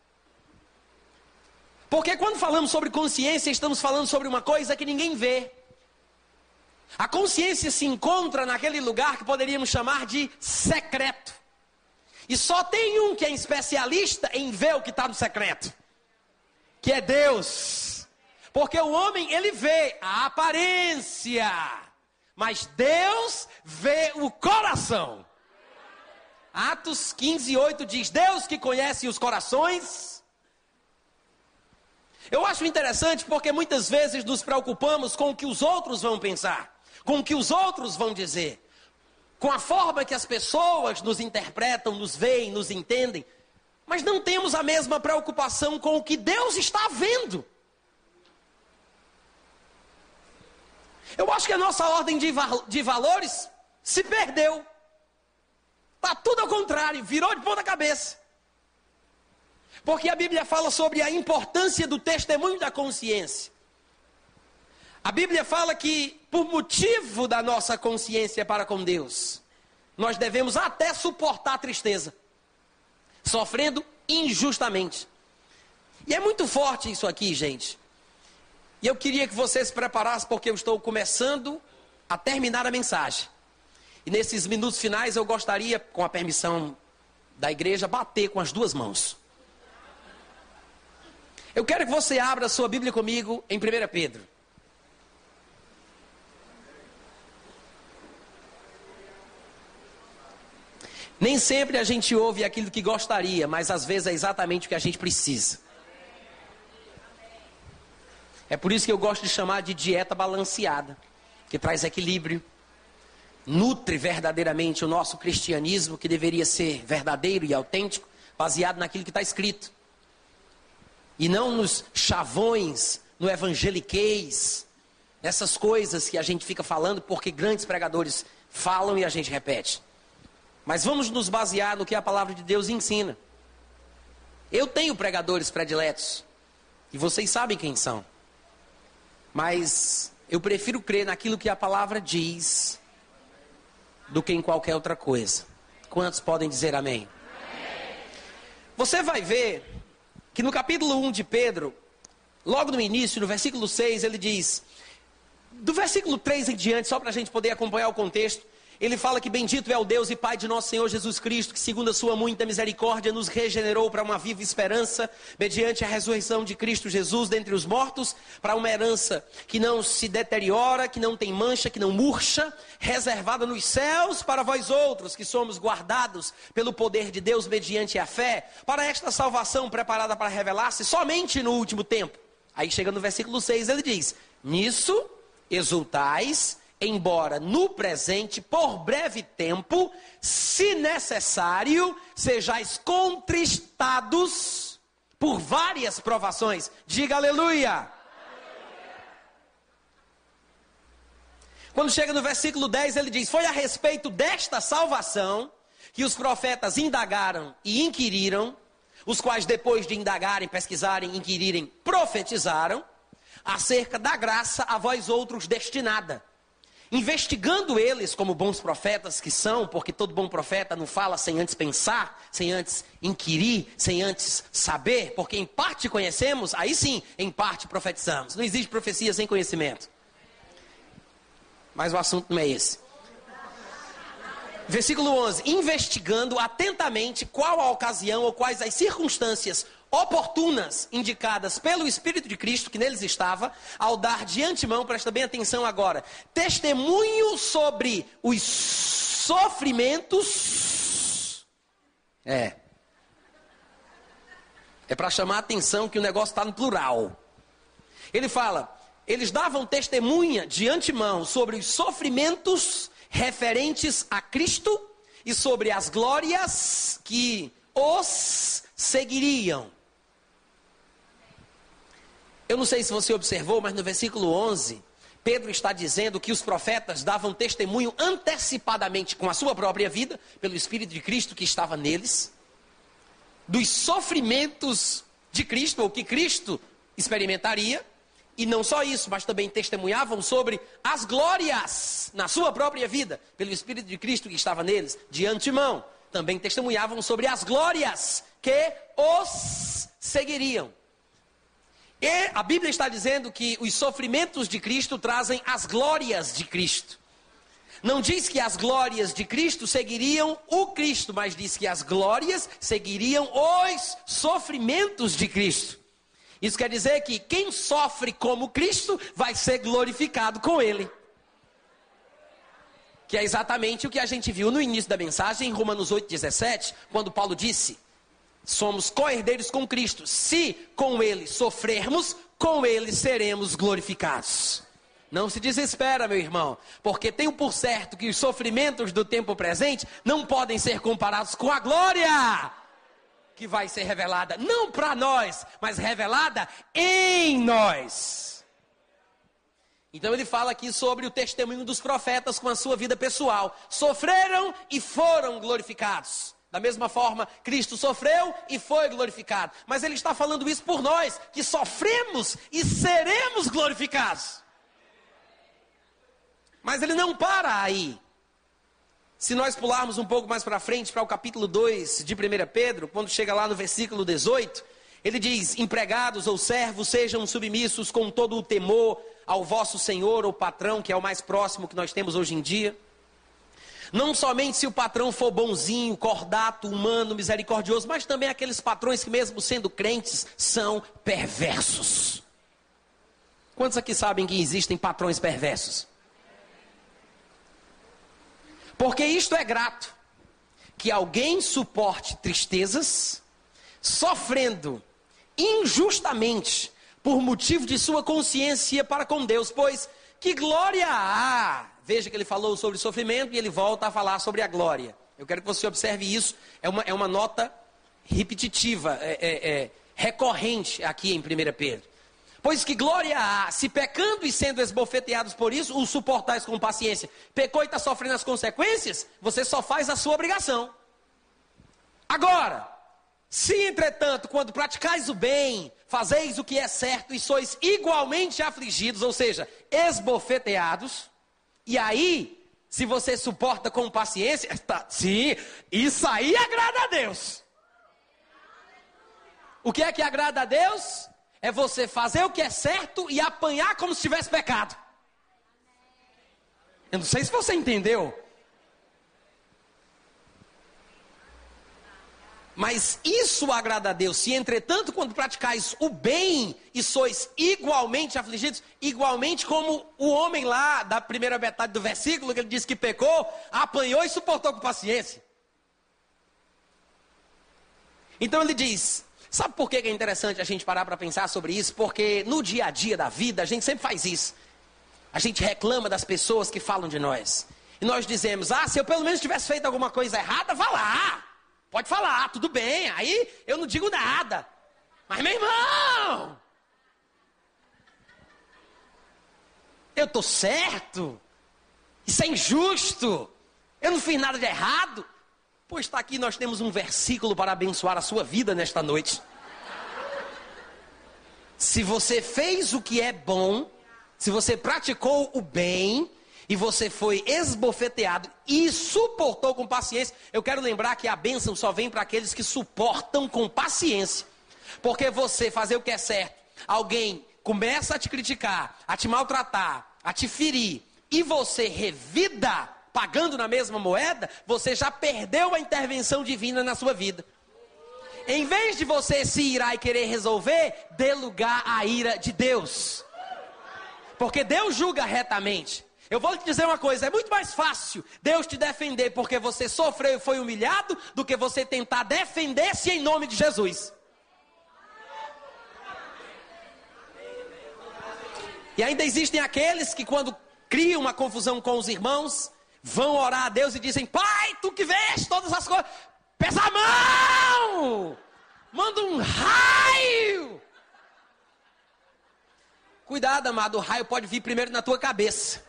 Porque quando falamos sobre consciência, estamos falando sobre uma coisa que ninguém vê. A consciência se encontra naquele lugar que poderíamos chamar de secreto. E só tem um que é especialista em ver o que está no secreto, que é Deus. Porque o homem, ele vê a aparência, mas Deus vê o coração. Atos quinze, oito diz: Deus que conhece os corações. Eu acho interessante porque muitas vezes nos preocupamos com o que os outros vão pensar, com o que os outros vão dizer, com a forma que as pessoas nos interpretam, nos veem, nos entendem, mas não temos a mesma preocupação com o que Deus está vendo. Eu acho que a nossa ordem de, val- de valores se perdeu. Está tudo ao contrário, virou de ponta cabeça. Porque a Bíblia fala sobre a importância do testemunho da consciência. A Bíblia fala que, por motivo da nossa consciência para com Deus, nós devemos até suportar a tristeza, sofrendo injustamente. E é muito forte isso aqui, gente. E eu queria que você se preparasse, porque eu estou começando a terminar a mensagem. E nesses minutos finais eu gostaria, com a permissão da igreja, bater com as duas mãos. Eu quero que você abra a sua Bíblia comigo em primeiro Pedro. Nem sempre a gente ouve aquilo que gostaria, mas às vezes é exatamente o que a gente precisa. É por isso que eu gosto de chamar de dieta balanceada, que traz equilíbrio, nutre verdadeiramente o nosso cristianismo, que deveria ser verdadeiro e autêntico, baseado naquilo que está escrito. E não nos chavões, no evangeliquez, nessas coisas que a gente fica falando porque grandes pregadores falam e a gente repete. Mas vamos nos basear no que a palavra de Deus ensina. Eu tenho pregadores prediletos, e vocês sabem quem são. Mas eu prefiro crer naquilo que a palavra diz do que em qualquer outra coisa. Quantos podem dizer amém? Amém? Você vai ver que no capítulo um de Pedro, logo no início, no versículo seis, ele diz... Do versículo três em diante, só para a gente poder acompanhar o contexto, ele fala que bendito é o Deus e Pai de nosso Senhor Jesus Cristo, que segundo a sua muita misericórdia nos regenerou para uma viva esperança, mediante a ressurreição de Cristo Jesus dentre os mortos, para uma herança que não se deteriora, que não tem mancha, que não murcha, reservada nos céus para vós outros, que somos guardados pelo poder de Deus mediante a fé, para esta salvação preparada para revelar-se somente no último tempo. Aí chega no versículo seis, ele diz, nisso exultais, embora no presente, por breve tempo, se necessário, sejais contristados por várias provações. Diga aleluia. Aleluia. Quando chega no versículo dez, ele diz, foi a respeito desta salvação que os profetas indagaram e inquiriram, os quais depois de indagarem, pesquisarem, inquirirem, profetizaram, acerca da graça a vós outros destinada. Investigando eles como bons profetas que são, porque todo bom profeta não fala sem antes pensar, sem antes inquirir, sem antes saber, porque em parte conhecemos, aí sim, em parte profetizamos. Não existe profecia sem conhecimento. Mas o assunto não é esse. Versículo onze, investigando atentamente qual a ocasião ou quais as circunstâncias oportunas indicadas pelo Espírito de Cristo que neles estava, ao dar de antemão, presta bem atenção agora, testemunho sobre os sofrimentos. É. É para chamar a atenção que o negócio está no plural. Ele fala, eles davam testemunha de antemão sobre os sofrimentos referentes a Cristo e sobre as glórias que os seguiriam. Eu não sei se você observou, mas no versículo onze, Pedro está dizendo que os profetas davam testemunho antecipadamente com a sua própria vida, pelo Espírito de Cristo que estava neles, dos sofrimentos de Cristo, ou que Cristo experimentaria, e não só isso, mas também testemunhavam sobre as glórias na sua própria vida, pelo Espírito de Cristo que estava neles, de antemão. Também testemunhavam sobre as glórias que os seguiriam. E a Bíblia está dizendo que os sofrimentos de Cristo trazem as glórias de Cristo. Não diz que as glórias de Cristo seguiriam o Cristo, mas diz que as glórias seguiriam os sofrimentos de Cristo. Isso quer dizer que quem sofre como Cristo vai ser glorificado com Ele. Que é exatamente o que a gente viu no início da mensagem, em Romanos oito, dezessete, quando Paulo disse... Somos co-herdeiros com Cristo. Se com Ele sofrermos, com Ele seremos glorificados. Não se desespera, meu irmão, porque tenho por certo que os sofrimentos do tempo presente não podem ser comparados com a glória que vai ser revelada, não para nós, mas revelada em nós. Então ele fala aqui sobre o testemunho dos profetas com a sua vida pessoal. Sofreram e foram glorificados. Da mesma forma, Cristo sofreu e foi glorificado. Mas ele está falando isso por nós, que sofremos e seremos glorificados. Mas ele não para aí. Se nós pularmos um pouco mais para frente, para o capítulo dois de primeira Pedro, quando chega lá no versículo dezoito, ele diz, empregados ou servos, sejam submissos com todo o temor ao vosso senhor ou patrão, que é o mais próximo que nós temos hoje em dia. Não somente se o patrão for bonzinho, cordato, humano, misericordioso, mas também aqueles patrões que mesmo sendo crentes, são perversos. Quantos aqui sabem que existem patrões perversos? Porque isto é grato, que alguém suporte tristezas, sofrendo injustamente, por motivo de sua consciência para com Deus, pois que glória há! Veja que ele falou sobre sofrimento e ele volta a falar sobre a glória. Eu quero que você observe isso. É uma, é uma nota repetitiva, é, é, é, recorrente aqui em primeira Pedro. Pois que glória há, se pecando e sendo esbofeteados por isso, o suportais com paciência. Pecou e está sofrendo as consequências, você só faz a sua obrigação. Agora, se entretanto, quando praticais o bem, fazeis o que é certo e sois igualmente afligidos, ou seja, esbofeteados, e aí se você suporta com paciência, tá, sim, isso aí agrada a Deus. O que é que agrada a Deus? É você fazer o que é certo e apanhar como se tivesse pecado. Eu não sei se você entendeu. Mas isso agrada a Deus. Se entretanto, quando praticais o bem e sois igualmente afligidos, igualmente como o homem lá da primeira metade do versículo, que ele disse que pecou, apanhou e suportou com paciência. Então ele diz, sabe por que é interessante a gente parar para pensar sobre isso? Porque no dia a dia da vida, a gente sempre faz isso. A gente reclama das pessoas que falam de nós. E nós dizemos, ah, se eu pelo menos tivesse feito alguma coisa errada, vá lá. Pode falar, tudo bem, aí eu não digo nada. Mas meu irmão, eu estou certo, isso é injusto, eu não fiz nada de errado. Pois está aqui, nós temos um versículo para abençoar a sua vida nesta noite. Se você fez o que é bom, se você praticou o bem e você foi esbofeteado e suportou com paciência, eu quero lembrar que a bênção só vem para aqueles que suportam com paciência. Porque você fazer o que é certo, alguém começa a te criticar, a te maltratar, a te ferir, e você revida pagando na mesma moeda, você já perdeu a intervenção divina na sua vida. Em vez de você se irar e querer resolver, dê lugar à ira de Deus. Porque Deus julga retamente. Eu vou te dizer uma coisa, é muito mais fácil Deus te defender porque você sofreu e foi humilhado, do que você tentar defender-se em nome de Jesus. E ainda existem aqueles que quando criam uma confusão com os irmãos, vão orar a Deus e dizem, Pai, tu que vês todas as coisas, pesa a mão, manda um raio. Cuidado, amado, o raio pode vir primeiro na tua cabeça.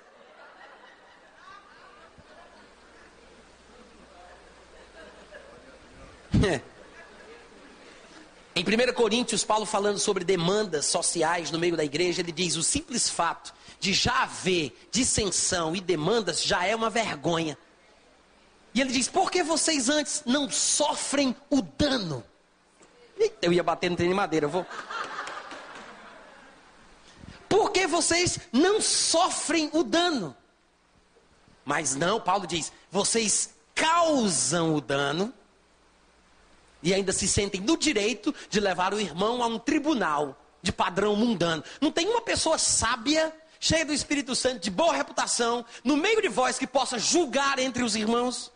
Em primeira Coríntios, Paulo falando sobre demandas sociais no meio da igreja, ele diz, o simples fato de já haver dissensão e demandas já é uma vergonha. E ele diz, por que vocês antes não sofrem o dano? Eu ia bater no trem de madeira, eu vou... Por que vocês não sofrem o dano? Mas não, Paulo diz, vocês causam o dano e ainda se sentem no direito de levar o irmão a um tribunal de padrão mundano. Não tem uma pessoa sábia, cheia do Espírito Santo, de boa reputação, no meio de vós que possa julgar entre os irmãos?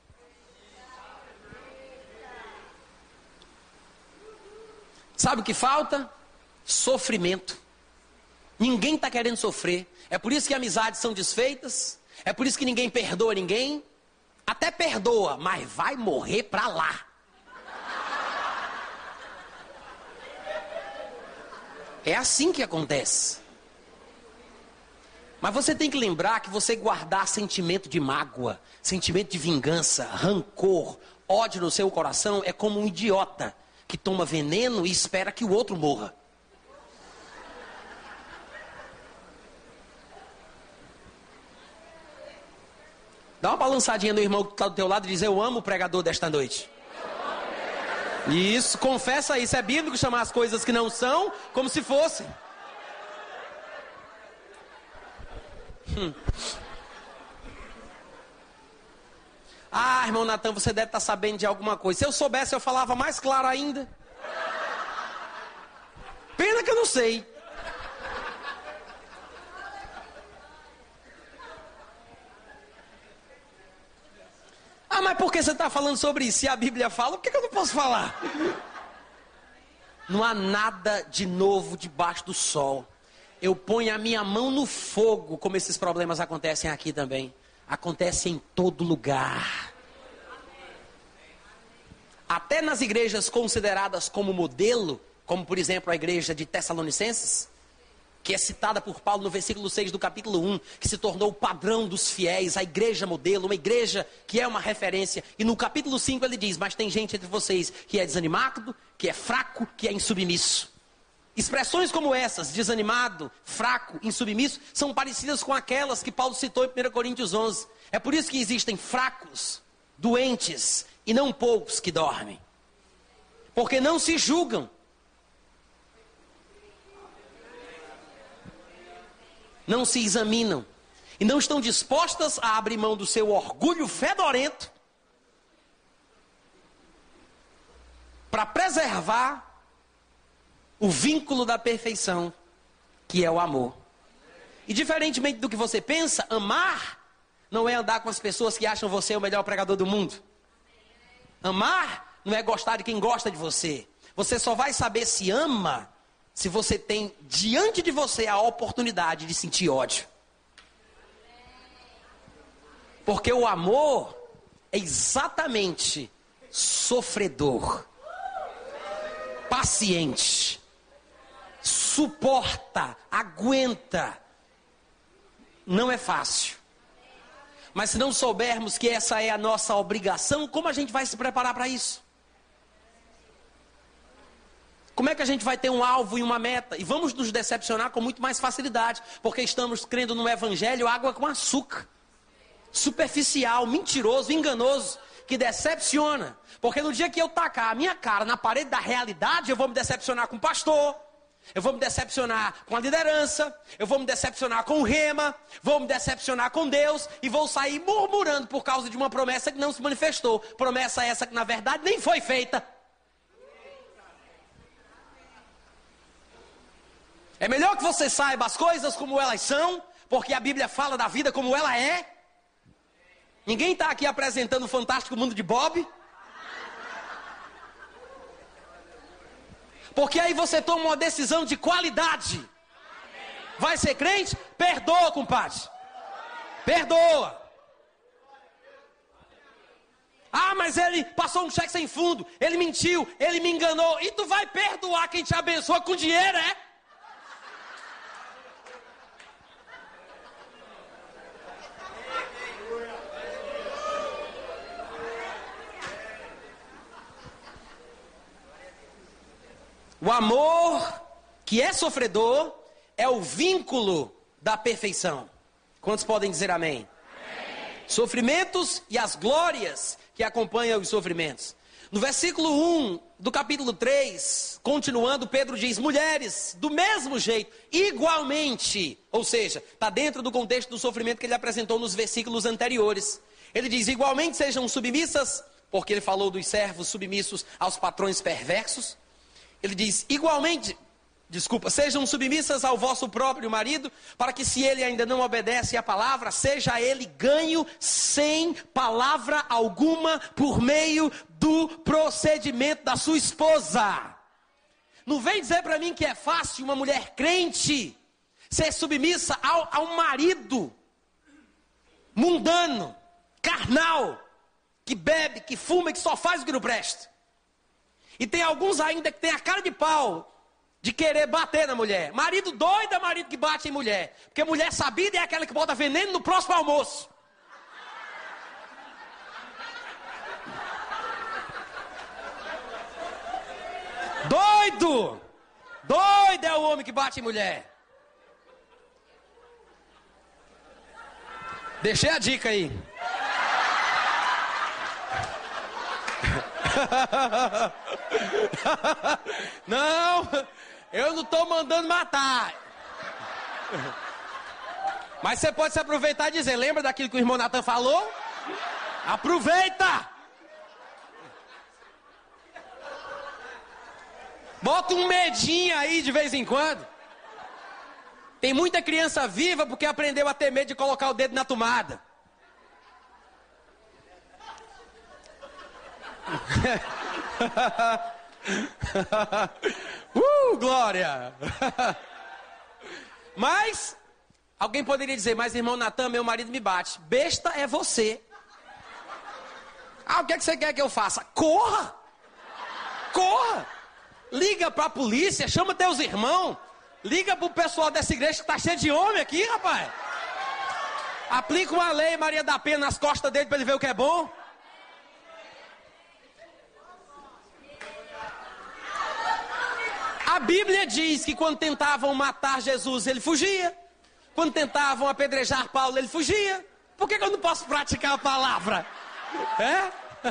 Sabe o que falta? Sofrimento. Ninguém está querendo sofrer. É por isso que amizades são desfeitas. É por isso que ninguém perdoa ninguém. Até perdoa, mas vai morrer para lá. É assim que acontece. Mas você tem que lembrar que você guardar sentimento de mágoa, sentimento de vingança, rancor, ódio no seu coração é como um idiota que toma veneno e espera que o outro morra. Dá uma balançadinha no irmão que está do teu lado e diz, eu amo o pregador desta noite. Isso, confessa isso, é bíblico chamar as coisas que não são como se fossem. Hum. Ah, irmão Natan, você deve estar sabendo de alguma coisa. Se eu soubesse, eu falava mais claro ainda. Pena que eu não sei. Ah, mas por que você está falando sobre isso? Se a Bíblia fala, por que eu não posso falar? Não há nada de novo debaixo do sol. Eu ponho a minha mão no fogo, como esses problemas acontecem aqui também. Acontece em todo lugar. Até nas igrejas consideradas como modelo, como por exemplo a igreja de Tessalonicenses, que é citada por Paulo no versículo seis do capítulo um, que se tornou o padrão dos fiéis, a igreja modelo, uma igreja que é uma referência. E no capítulo cinco ele diz, mas tem gente entre vocês que é desanimado, que é fraco, que é insubmisso. Expressões como essas, desanimado, fraco, insubmisso, são parecidas com aquelas que Paulo citou em primeira Coríntios onze. É por isso que existem fracos, doentes e não poucos que dormem. Porque não se julgam. Não se examinam. E não estão dispostas a abrir mão do seu orgulho fedorento para preservar o vínculo da perfeição, que é o amor. E diferentemente do que você pensa, amar não é andar com as pessoas que acham você o melhor pregador do mundo. Amar não é gostar de quem gosta de você. Você só vai saber se ama se você tem diante de você a oportunidade de sentir ódio. Porque o amor é exatamente sofredor, paciente, suporta, aguenta. Não é fácil. Mas se não soubermos que essa é a nossa obrigação, como a gente vai se preparar para isso? Como é que a gente vai ter um alvo e uma meta? E vamos nos decepcionar com muito mais facilidade, porque estamos crendo no evangelho água com açúcar. Superficial, mentiroso, enganoso, que decepciona. Porque no dia que eu tacar a minha cara na parede da realidade, eu vou me decepcionar com o pastor, eu vou me decepcionar com a liderança, eu vou me decepcionar com o rema, vou me decepcionar com Deus e vou sair murmurando por causa de uma promessa que não se manifestou. Promessa essa que na verdade nem foi feita. É melhor que você saiba as coisas como elas são, porque a Bíblia fala da vida como ela é. Ninguém está aqui apresentando o fantástico mundo de Bob. Porque aí você toma uma decisão de qualidade. Vai ser crente? Perdoa, compadre. Perdoa. Ah, mas ele passou um cheque sem fundo. Ele mentiu, ele me enganou. E tu vai perdoar quem te abençoa com dinheiro, é? O amor que é sofredor é o vínculo da perfeição. Quantos podem dizer amém? Amém. Sofrimentos e as glórias que acompanham os sofrimentos. No versículo um do capítulo três, continuando, Pedro diz: mulheres, do mesmo jeito, igualmente. Ou seja, está dentro do contexto do sofrimento que ele apresentou nos versículos anteriores. Ele diz: igualmente sejam submissas, porque ele falou dos servos submissos aos patrões perversos. Ele diz, igualmente, desculpa, sejam submissas ao vosso próprio marido, para que se ele ainda não obedece à palavra, seja ele ganho sem palavra alguma por meio do procedimento da sua esposa. Não vem dizer para mim que é fácil uma mulher crente ser submissa ao, a um marido mundano, carnal, que bebe, que fuma e que só faz o que não presta. E tem alguns ainda que tem a cara de pau de querer bater na mulher. Marido doido é marido que bate em mulher. Porque mulher sabida é aquela que bota veneno no próximo almoço. Doido! Doido é o homem que bate em mulher. Deixei a dica aí. Não, eu não estou mandando matar. Mas você pode se aproveitar e dizer: lembra daquilo que o irmão Natan falou? Aproveita! Bota um medinho aí de vez em quando. Tem muita criança viva porque aprendeu a ter medo de colocar o dedo na tomada. uh, glória! Mas alguém poderia dizer: mas irmão Natan, meu marido me bate. Besta é você. Ah, o que é que você quer que eu faça? Corra! Corra! Liga pra polícia, chama teus irmãos. Liga pro pessoal dessa igreja que tá cheio de homem aqui, rapaz. Aplica uma lei Maria da Penha nas costas dele pra ele ver o que é bom. A Bíblia diz que quando tentavam matar Jesus, ele fugia. Quando tentavam apedrejar Paulo, ele fugia. Por que que eu não posso praticar a palavra? É?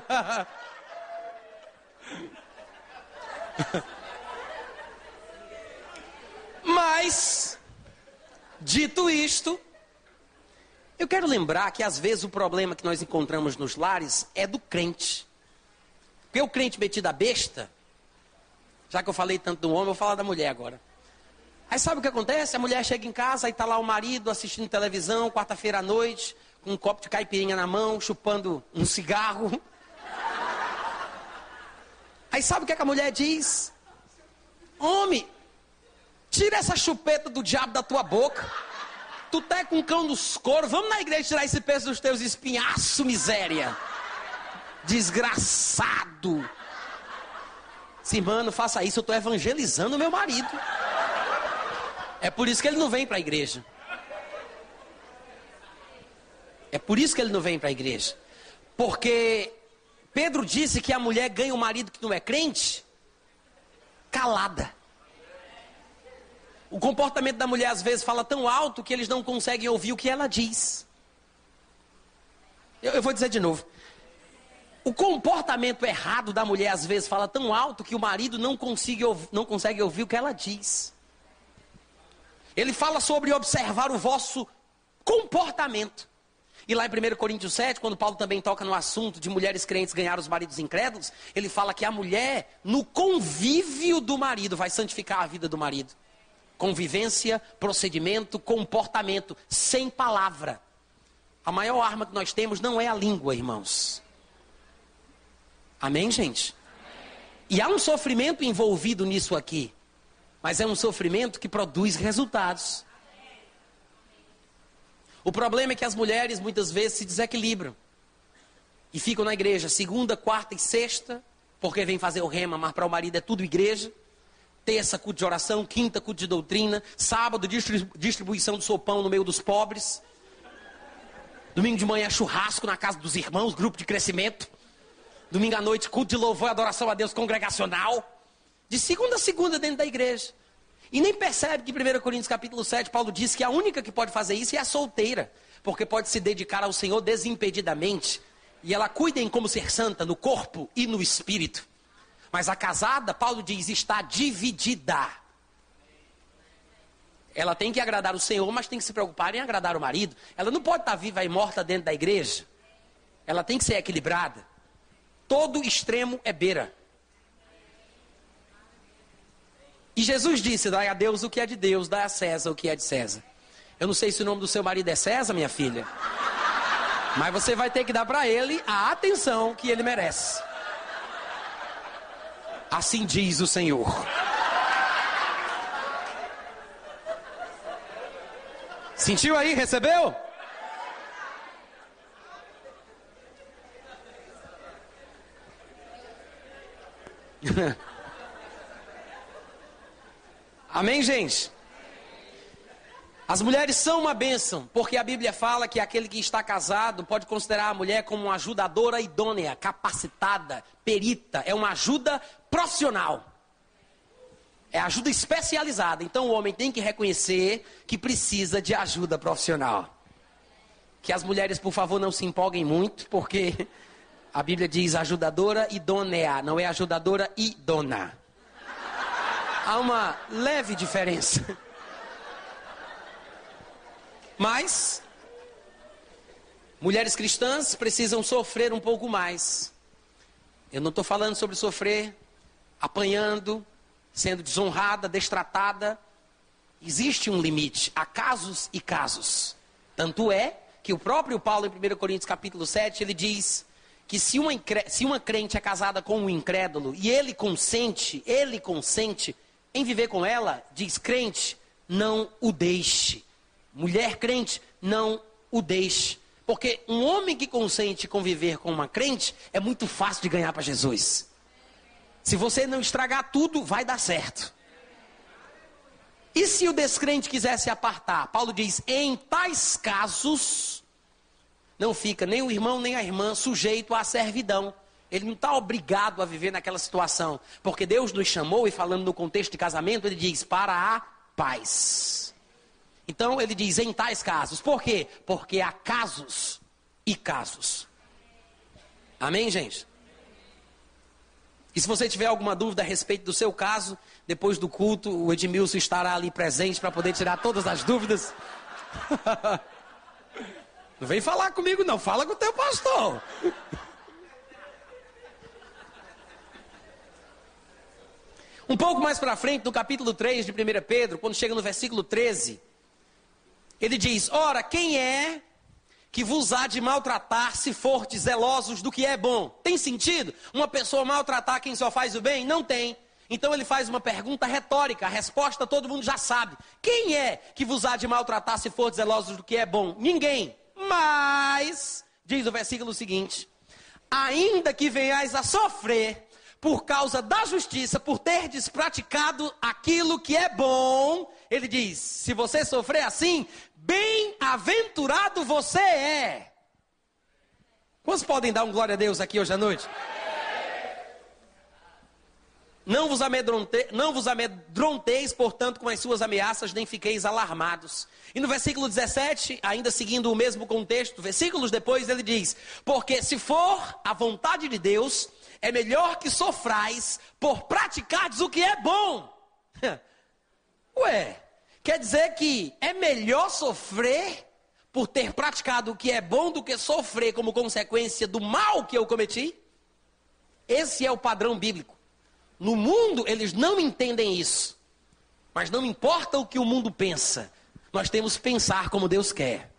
Mas, dito isto, eu quero lembrar que às vezes o problema que nós encontramos nos lares é do crente. Porque o crente metido a besta, já que eu falei tanto do homem, eu vou falar da mulher agora. Aí sabe o que acontece? A mulher chega em casa, aí está lá o marido assistindo televisão, quarta-feira à noite, com um copo de caipirinha na mão, chupando um cigarro. Aí sabe o que, é que a mulher diz? Homem, tira essa chupeta do diabo da tua boca. Tu tá com um cão dos coros, vamos na igreja tirar esse peso dos teus espinhaços, miséria. Desgraçado. Sim, mano, faça isso, eu estou evangelizando o meu marido. É por isso que ele não vem para a igreja. É por isso que ele não vem para a igreja. Porque Pedro disse que a mulher ganha um marido que não é crente calada. O comportamento da mulher às vezes fala tão alto que eles não conseguem ouvir o que ela diz. Eu, eu vou dizer de novo. O comportamento errado da mulher às vezes fala tão alto que o marido não consegue, não consegue ouvir o que ela diz. Ele fala sobre observar o vosso comportamento. E lá em primeira Coríntios sete, quando Paulo também toca no assunto de mulheres crentes ganhar os maridos incrédulos, ele fala que a mulher, no convívio do marido, vai santificar a vida do marido. Convivência, procedimento, comportamento, sem palavra. A maior arma que nós temos não é a língua, irmãos. Amém, gente? Amém. E há um sofrimento envolvido nisso aqui. Mas é um sofrimento que produz resultados. O problema é que as mulheres muitas vezes se desequilibram. E ficam na igreja segunda, quarta e sexta, porque vem fazer o rema, mas para o marido é tudo igreja. Terça, culto de oração, quinta, culto de doutrina. Sábado, distribuição do sopão no meio dos pobres. Domingo de manhã, churrasco na casa dos irmãos, grupo de crescimento. Domingo à noite, culto de louvor e adoração a Deus congregacional. De segunda a segunda dentro da igreja. E nem percebe que em primeira Coríntios capítulo sete, Paulo diz que a única que pode fazer isso é a solteira. Porque pode se dedicar ao Senhor desimpedidamente. E ela cuida em como ser santa no corpo e no espírito. Mas a casada, Paulo diz, está dividida. Ela tem que agradar o Senhor, mas tem que se preocupar em agradar o marido. Ela não pode estar viva e morta dentro da igreja. Ela tem que ser equilibrada. Todo extremo é beira. E Jesus disse, dai a Deus o que é de Deus, dai a César o que é de César. Eu não sei se o nome do seu marido é César, minha filha. Mas você vai ter que dar para ele a atenção que ele merece. Assim diz o Senhor. Sentiu aí? Recebeu? Amém, gente? As mulheres são uma bênção, porque a Bíblia fala que aquele que está casado pode considerar a mulher como uma ajudadora idônea, capacitada, perita. É uma ajuda profissional. É ajuda especializada. Então o homem tem que reconhecer que precisa de ajuda profissional. Que as mulheres, por favor, não se empolguem muito, porque a Bíblia diz ajudadora idônea, não é ajudadora idona. Há uma leve diferença. Mas mulheres cristãs precisam sofrer um pouco mais. Eu não estou falando sobre sofrer apanhando, sendo desonrada, destratada. Existe um limite. Há casos e casos. Tanto é que o próprio Paulo, em primeira Coríntios capítulo sete, ele diz que se uma, se uma crente é casada com um incrédulo e ele consente, ele consente em viver com ela, diz crente, não o deixe. Mulher crente, não o deixe. Porque um homem que consente conviver com uma crente é muito fácil de ganhar para Jesus. Se você não estragar tudo, vai dar certo. E se o descrente quiser se apartar? Paulo diz, em tais casos, não fica nem o irmão nem a irmã sujeito à servidão. ele não está obrigado a viver naquela situação. Porque Deus nos chamou, e falando no contexto de casamento, ele diz, para a paz. Então ele diz, em tais casos. Por quê? Porque há casos e casos. Amém, gente? E se você tiver alguma dúvida a respeito do seu caso, depois do culto, o Edmilson estará ali presente para poder tirar todas as dúvidas. Não vem falar comigo não, fala com o teu pastor. Um pouco mais para frente, no capítulo três de primeira Pedro, quando chega no versículo treze, ele diz, ora, quem é que vos há de maltratar se fortes zelosos do que é bom? Tem sentido uma pessoa maltratar quem só faz o bem? Não tem. Então ele faz uma pergunta retórica, a resposta todo mundo já sabe. Quem é que vos há de maltratar se fortes zelosos do que é bom? Ninguém. Mas, diz o versículo seguinte, ainda que venhais a sofrer por causa da justiça, por terdes praticado aquilo que é bom, ele diz, se você sofrer assim, bem-aventurado você é. Quantos podem dar um glória a Deus aqui hoje à noite? Não vos, amedronte, não vos amedronteis, portanto, com as suas ameaças, nem fiqueis alarmados. E no versículo dezessete, ainda seguindo o mesmo contexto, versículos depois, ele diz, porque se for a vontade de Deus, é melhor que sofrais por praticardes o que é bom. Ué, quer dizer que é melhor sofrer por ter praticado o que é bom do que sofrer como consequência do mal que eu cometi? Esse é o padrão bíblico. No mundo, eles não entendem isso. Mas não importa o que o mundo pensa. Nós temos que pensar como Deus quer.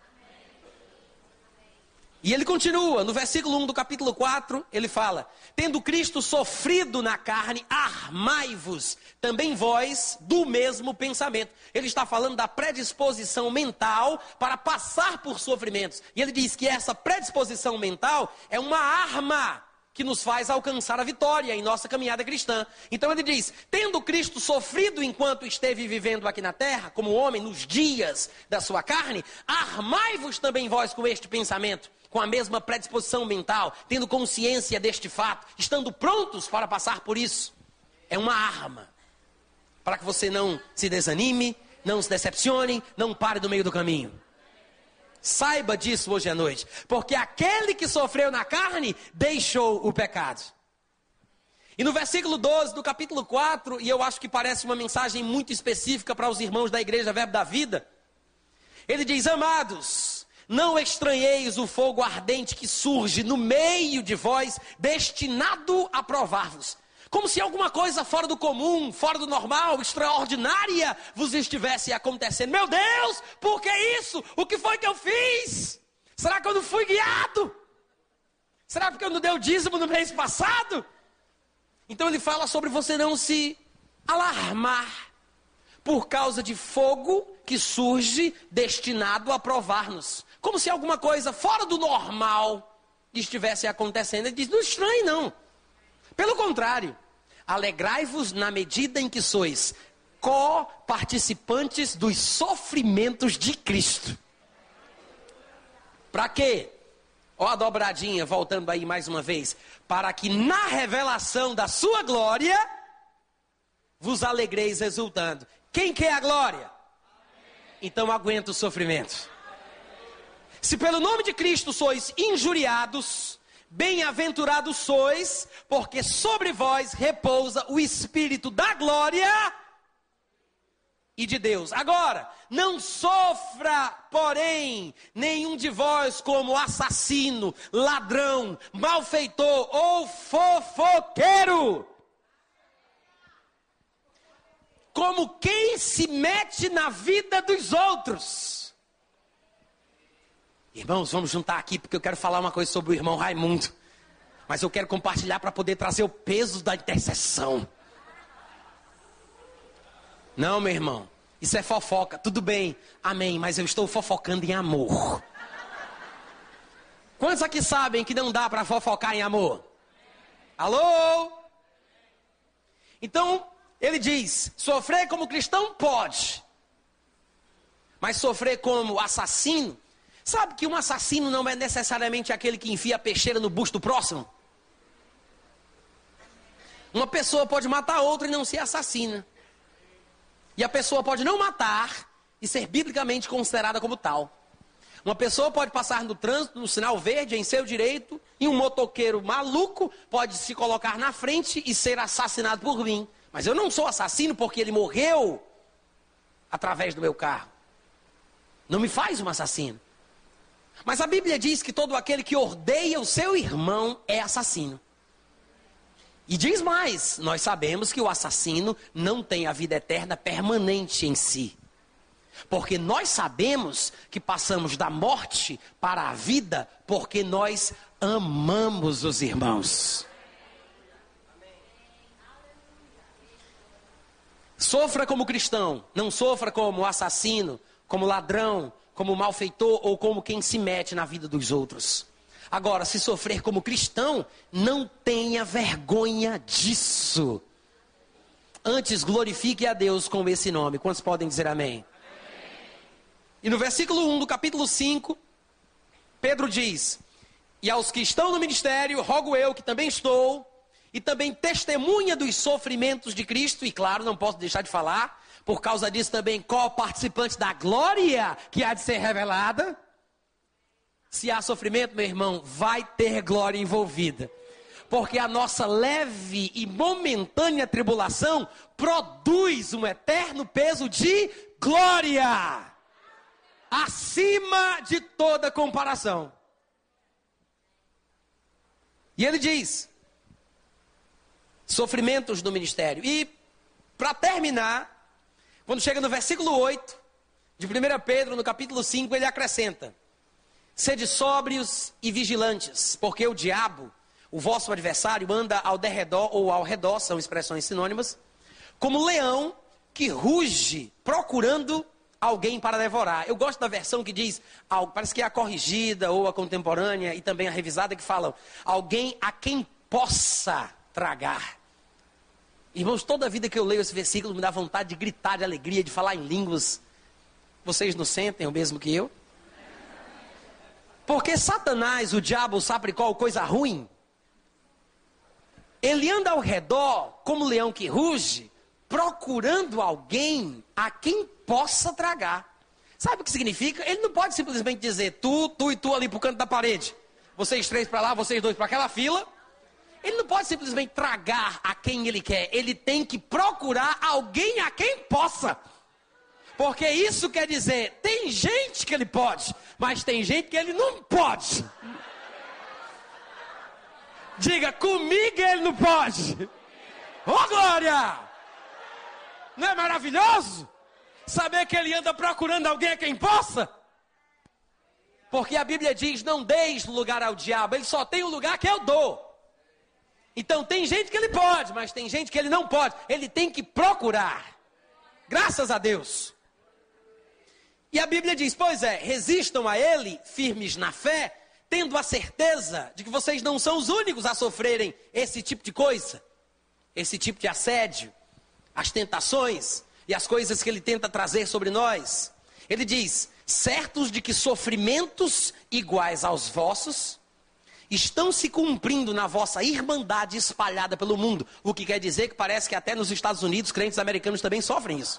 E ele continua, no versículo um do capítulo quatro, ele fala, tendo Cristo sofrido na carne, armai-vos também vós do mesmo pensamento. Ele está falando da predisposição mental para passar por sofrimentos. E ele diz que essa predisposição mental é uma arma que nos faz alcançar a vitória em nossa caminhada cristã. Então ele diz, tendo Cristo sofrido enquanto esteve vivendo aqui na terra, como homem, nos dias da sua carne, armai-vos também vós com este pensamento, com a mesma predisposição mental, tendo consciência deste fato, estando prontos para passar por isso. É uma arma, para que você não se desanime, não se decepcione, não pare no meio do caminho. Saiba disso hoje à noite, porque aquele que sofreu na carne, deixou o pecado. E no versículo doze do capítulo quatro, e eu acho que parece uma mensagem muito específica para os irmãos da igreja Verbo da Vida, ele diz, amados, não estranheis o fogo ardente que surge no meio de vós, destinado a provar-vos. Como se alguma coisa fora do comum, fora do normal, extraordinária, vos estivesse acontecendo. Meu Deus, por que isso? O que foi que eu fiz? Será que eu não fui guiado? Será porque eu não dei o dízimo no mês passado? Então ele fala sobre você não se alarmar por causa de fogo que surge destinado a provar-nos. Como se alguma coisa fora do normal estivesse acontecendo. Ele diz, não estranhe não. Pelo contrário, alegrai-vos na medida em que sois co-participantes dos sofrimentos de Cristo. Para quê? Ó a dobradinha, voltando aí mais uma vez. Para que na revelação da sua glória, vos alegreis exultando. Quem quer a glória? Então aguenta o sofrimento. Se pelo nome de Cristo sois injuriados, bem-aventurados sois, porque sobre vós repousa o Espírito da glória e de Deus. Agora, não sofra, porém, nenhum de vós como assassino, ladrão, malfeitor ou fofoqueiro, como quem se mete na vida dos outros. Irmãos, vamos juntar aqui porque eu quero falar uma coisa sobre o irmão Raimundo. Mas eu quero compartilhar para poder trazer o peso da intercessão. Não, meu irmão, isso é fofoca, tudo bem, amém, mas eu estou fofocando em amor. Quantos aqui sabem que não dá para fofocar em amor? Alô? Então, ele diz, sofrer como cristão pode, mas sofrer como assassino, sabe que um assassino não é necessariamente aquele que enfia a peixeira no busto próximo? Uma pessoa pode matar outra e não ser assassina. E a pessoa pode não matar e ser biblicamente considerada como tal. Uma pessoa pode passar no trânsito, no sinal verde, em seu direito, e um motoqueiro maluco pode se colocar na frente e ser assassinado por mim. Mas eu não sou assassino porque ele morreu através do meu carro. Não me faz um assassino. Mas a Bíblia diz que todo aquele que odeia o seu irmão é assassino. E diz mais, nós sabemos que o assassino não tem a vida eterna permanente em si. Porque nós sabemos que passamos da morte para a vida porque nós amamos os irmãos. Sofra como cristão, não sofra como assassino, como ladrão, como malfeitor ou como quem se mete na vida dos outros. Agora, se sofrer como cristão, não tenha vergonha disso. Antes, glorifique a Deus com esse nome. Quantos podem dizer amém? E no versículo um do capítulo cinco, Pedro diz: e aos que estão no ministério, rogo eu que também estou, e também testemunha dos sofrimentos de Cristo, e claro, não posso deixar de falar, por causa disso também co-participante da glória que há de ser revelada. Se há sofrimento, meu irmão, vai ter glória envolvida. Porque a nossa leve e momentânea tribulação produz um eterno peso de glória. Acima de toda comparação. E ele diz: sofrimentos do ministério. E, para terminar, quando chega no versículo oito de primeira Pedro, no capítulo cinco, ele acrescenta: sede sóbrios e vigilantes, porque o diabo, o vosso adversário, anda ao derredor ou ao redor, são expressões sinônimas, como leão que ruge procurando alguém para devorar. Eu gosto da versão que diz, parece que é a corrigida ou a contemporânea e também a revisada, que falam alguém a quem possa tragar. Irmãos, toda vida que eu leio esse versículo me dá vontade de gritar de alegria, de falar em línguas. Vocês não sentem o mesmo que eu? Porque Satanás, o diabo, sabe qual coisa ruim? Ele anda ao redor como leão que ruge, procurando alguém a quem possa tragar. Sabe o que significa? Ele não pode simplesmente dizer tu, tu e tu ali pro canto da parede. Vocês três para lá, vocês dois para aquela fila. Ele não pode simplesmente tragar a quem ele quer. Ele tem que procurar alguém a quem possa. Porque isso quer dizer, tem gente que ele pode, mas tem gente que ele não pode. Diga, comigo ele não pode. Ô oh, glória! Não é maravilhoso? Saber que ele anda procurando alguém a quem possa? Porque a Bíblia diz, não deis lugar ao diabo, ele só tem o lugar que eu dou. Então tem gente que ele pode, mas tem gente que ele não pode. Ele tem que procurar. Graças a Deus. E a Bíblia diz, pois é, resistam a ele, firmes na fé, tendo a certeza de que vocês não são os únicos a sofrerem esse tipo de coisa. Esse tipo de assédio, as tentações e as coisas que ele tenta trazer sobre nós. Ele diz, certos de que sofrimentos iguais aos vossos estão se cumprindo na vossa irmandade espalhada pelo mundo. O que quer dizer que parece que até nos Estados Unidos, crentes americanos também sofrem isso.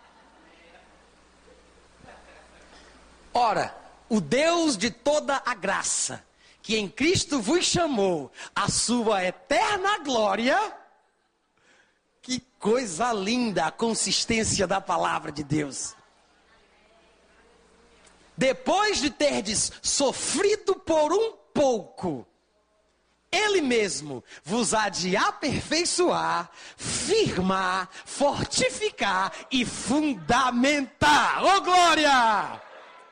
Ora, o Deus de toda a graça, que em Cristo vos chamou a sua eterna glória. Que coisa linda a consistência da palavra de Deus. Depois de terdes sofrido por um pouco, Ele mesmo vos há de aperfeiçoar, firmar, fortificar e fundamentar. Ô glória!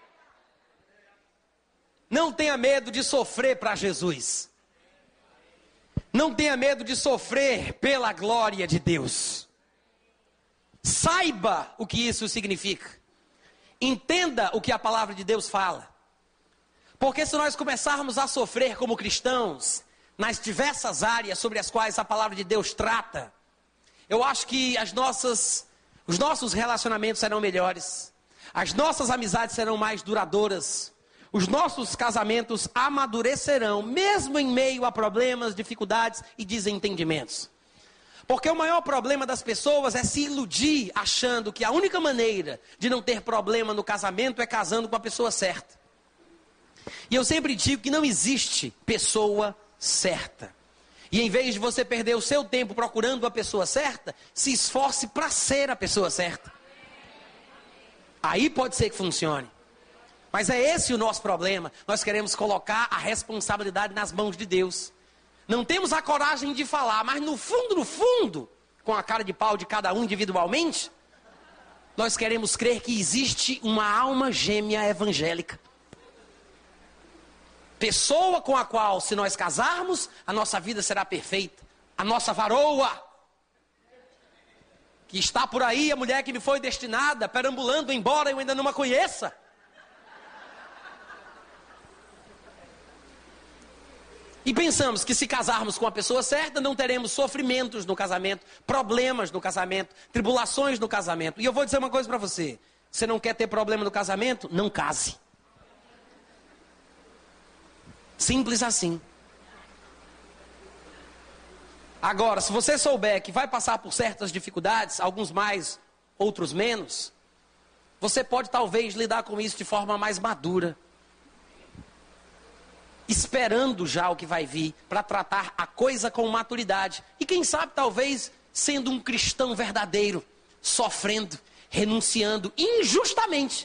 Não tenha medo de sofrer para Jesus. Não tenha medo de sofrer pela glória de Deus. Saiba o que isso significa. Entenda o que a palavra de Deus fala. Porque se nós começarmos a sofrer como cristãos, nas diversas áreas sobre as quais a palavra de Deus trata, eu acho que as nossas, os nossos relacionamentos serão melhores. As nossas amizades serão mais duradouras. Os nossos casamentos amadurecerão, mesmo em meio a problemas, dificuldades e desentendimentos. Porque o maior problema das pessoas é se iludir achando que a única maneira de não ter problema no casamento é casando com a pessoa certa. E eu sempre digo que não existe pessoa certa. E em vez de você perder o seu tempo procurando a pessoa certa, se esforce para ser a pessoa certa. Aí pode ser que funcione. Mas é esse o nosso problema. Nós queremos colocar a responsabilidade nas mãos de Deus. Não temos a coragem de falar, mas no fundo, no fundo, com a cara de pau de cada um individualmente, nós queremos crer que existe uma alma gêmea evangélica. Pessoa com a qual, se nós casarmos, a nossa vida será perfeita. A nossa varoa, que está por aí, a mulher que me foi destinada, perambulando, embora eu ainda não a conheça. E pensamos que se casarmos com a pessoa certa, não teremos sofrimentos no casamento, problemas no casamento, tribulações no casamento. E eu vou dizer uma coisa para você. Você não quer ter problema no casamento? Não case. Simples assim. Agora, se você souber que vai passar por certas dificuldades, alguns mais, outros menos, você pode talvez lidar com isso de forma mais madura. Esperando já o que vai vir, para tratar a coisa com maturidade. E quem sabe, talvez, sendo um cristão verdadeiro, sofrendo, renunciando injustamente.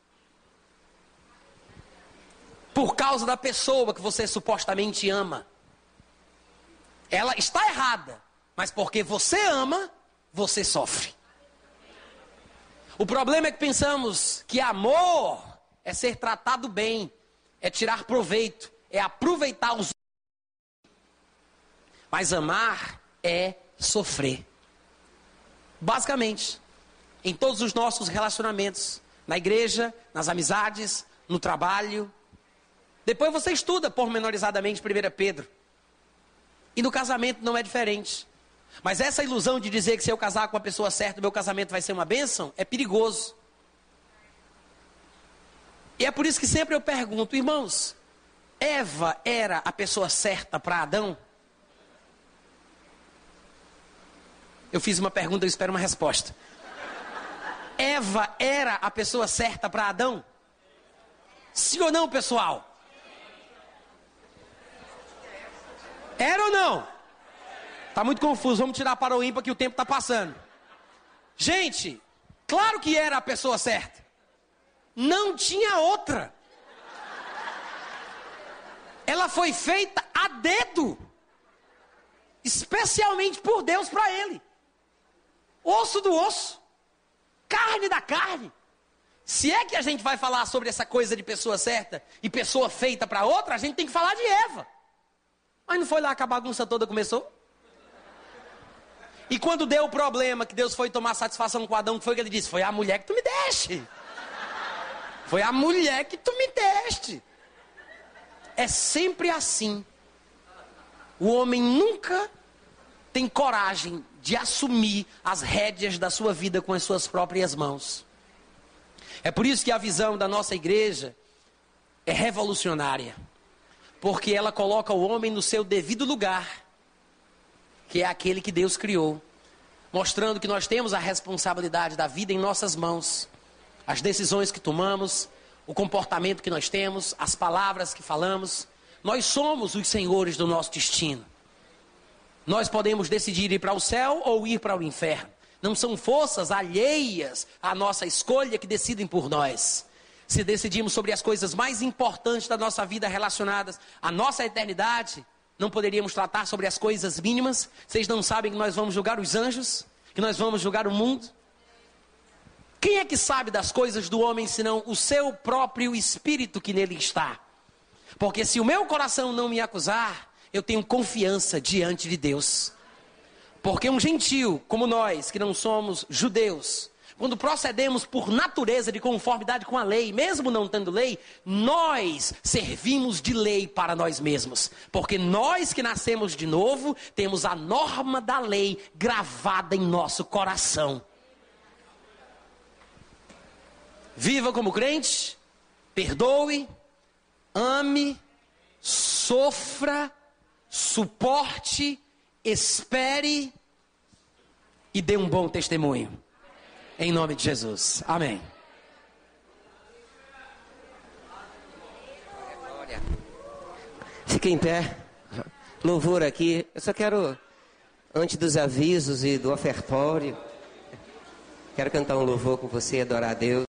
Por causa da pessoa que você supostamente ama. Ela está errada, mas porque você ama, você sofre. O problema é que pensamos que amor é ser tratado bem, é tirar proveito. É aproveitar os... Mas amar é sofrer. Basicamente, em todos os nossos relacionamentos, na igreja, nas amizades, no trabalho. Depois você estuda pormenorizadamente primeiro Pedro. E no casamento não é diferente. Mas essa ilusão de dizer que se eu casar com a pessoa certa, meu casamento vai ser uma bênção, é perigoso. E é por isso que sempre eu pergunto, irmãos, Eva era a pessoa certa para Adão? Eu fiz uma pergunta, eu espero uma resposta. Eva era a pessoa certa para Adão? Sim ou não, pessoal? Era ou não? Está muito confuso, vamos tirar para o ímpar que o tempo está passando. Gente, claro que era a pessoa certa. Não tinha outra. Ela foi feita a dedo. Especialmente por Deus para ele. Osso do osso. Carne da carne. Se é que a gente vai falar sobre essa coisa de pessoa certa e pessoa feita para outra, a gente tem que falar de Eva. Mas não foi lá que a bagunça toda começou? E quando deu o problema, que Deus foi tomar satisfação com Adão, que foi que ele disse? Foi a mulher que tu me deste. Foi a mulher que tu me deste. É sempre assim. O homem nunca tem coragem de assumir as rédeas da sua vida com as suas próprias mãos. É por isso que a visão da nossa igreja é revolucionária. Porque ela coloca o homem no seu devido lugar, que é aquele que Deus criou. Mostrando que nós temos a responsabilidade da vida em nossas mãos. As decisões que tomamos, o comportamento que nós temos, as palavras que falamos. Nós somos os senhores do nosso destino. Nós podemos decidir ir para o céu ou ir para o inferno. Não são forças alheias à nossa escolha que decidem por nós. Se decidimos sobre as coisas mais importantes da nossa vida relacionadas à nossa eternidade, não poderíamos tratar sobre as coisas mínimas? Vocês não sabem que nós vamos julgar os anjos? Que nós vamos julgar o mundo? Quem é que sabe das coisas do homem, senão o seu próprio espírito que nele está? Porque se o meu coração não me acusar, eu tenho confiança diante de Deus. Porque um gentio como nós, que não somos judeus, quando procedemos por natureza de conformidade com a lei, mesmo não tendo lei, nós servimos de lei para nós mesmos. Porque nós que nascemos de novo, temos a norma da lei gravada em nosso coração. Viva como crente, perdoe, ame, sofra, suporte, espere e dê um bom testemunho. Em nome de Jesus. Amém. Fique em pé. Louvor aqui. Eu só quero, antes dos avisos e do ofertório, quero cantar um louvor com você, adorar a Deus.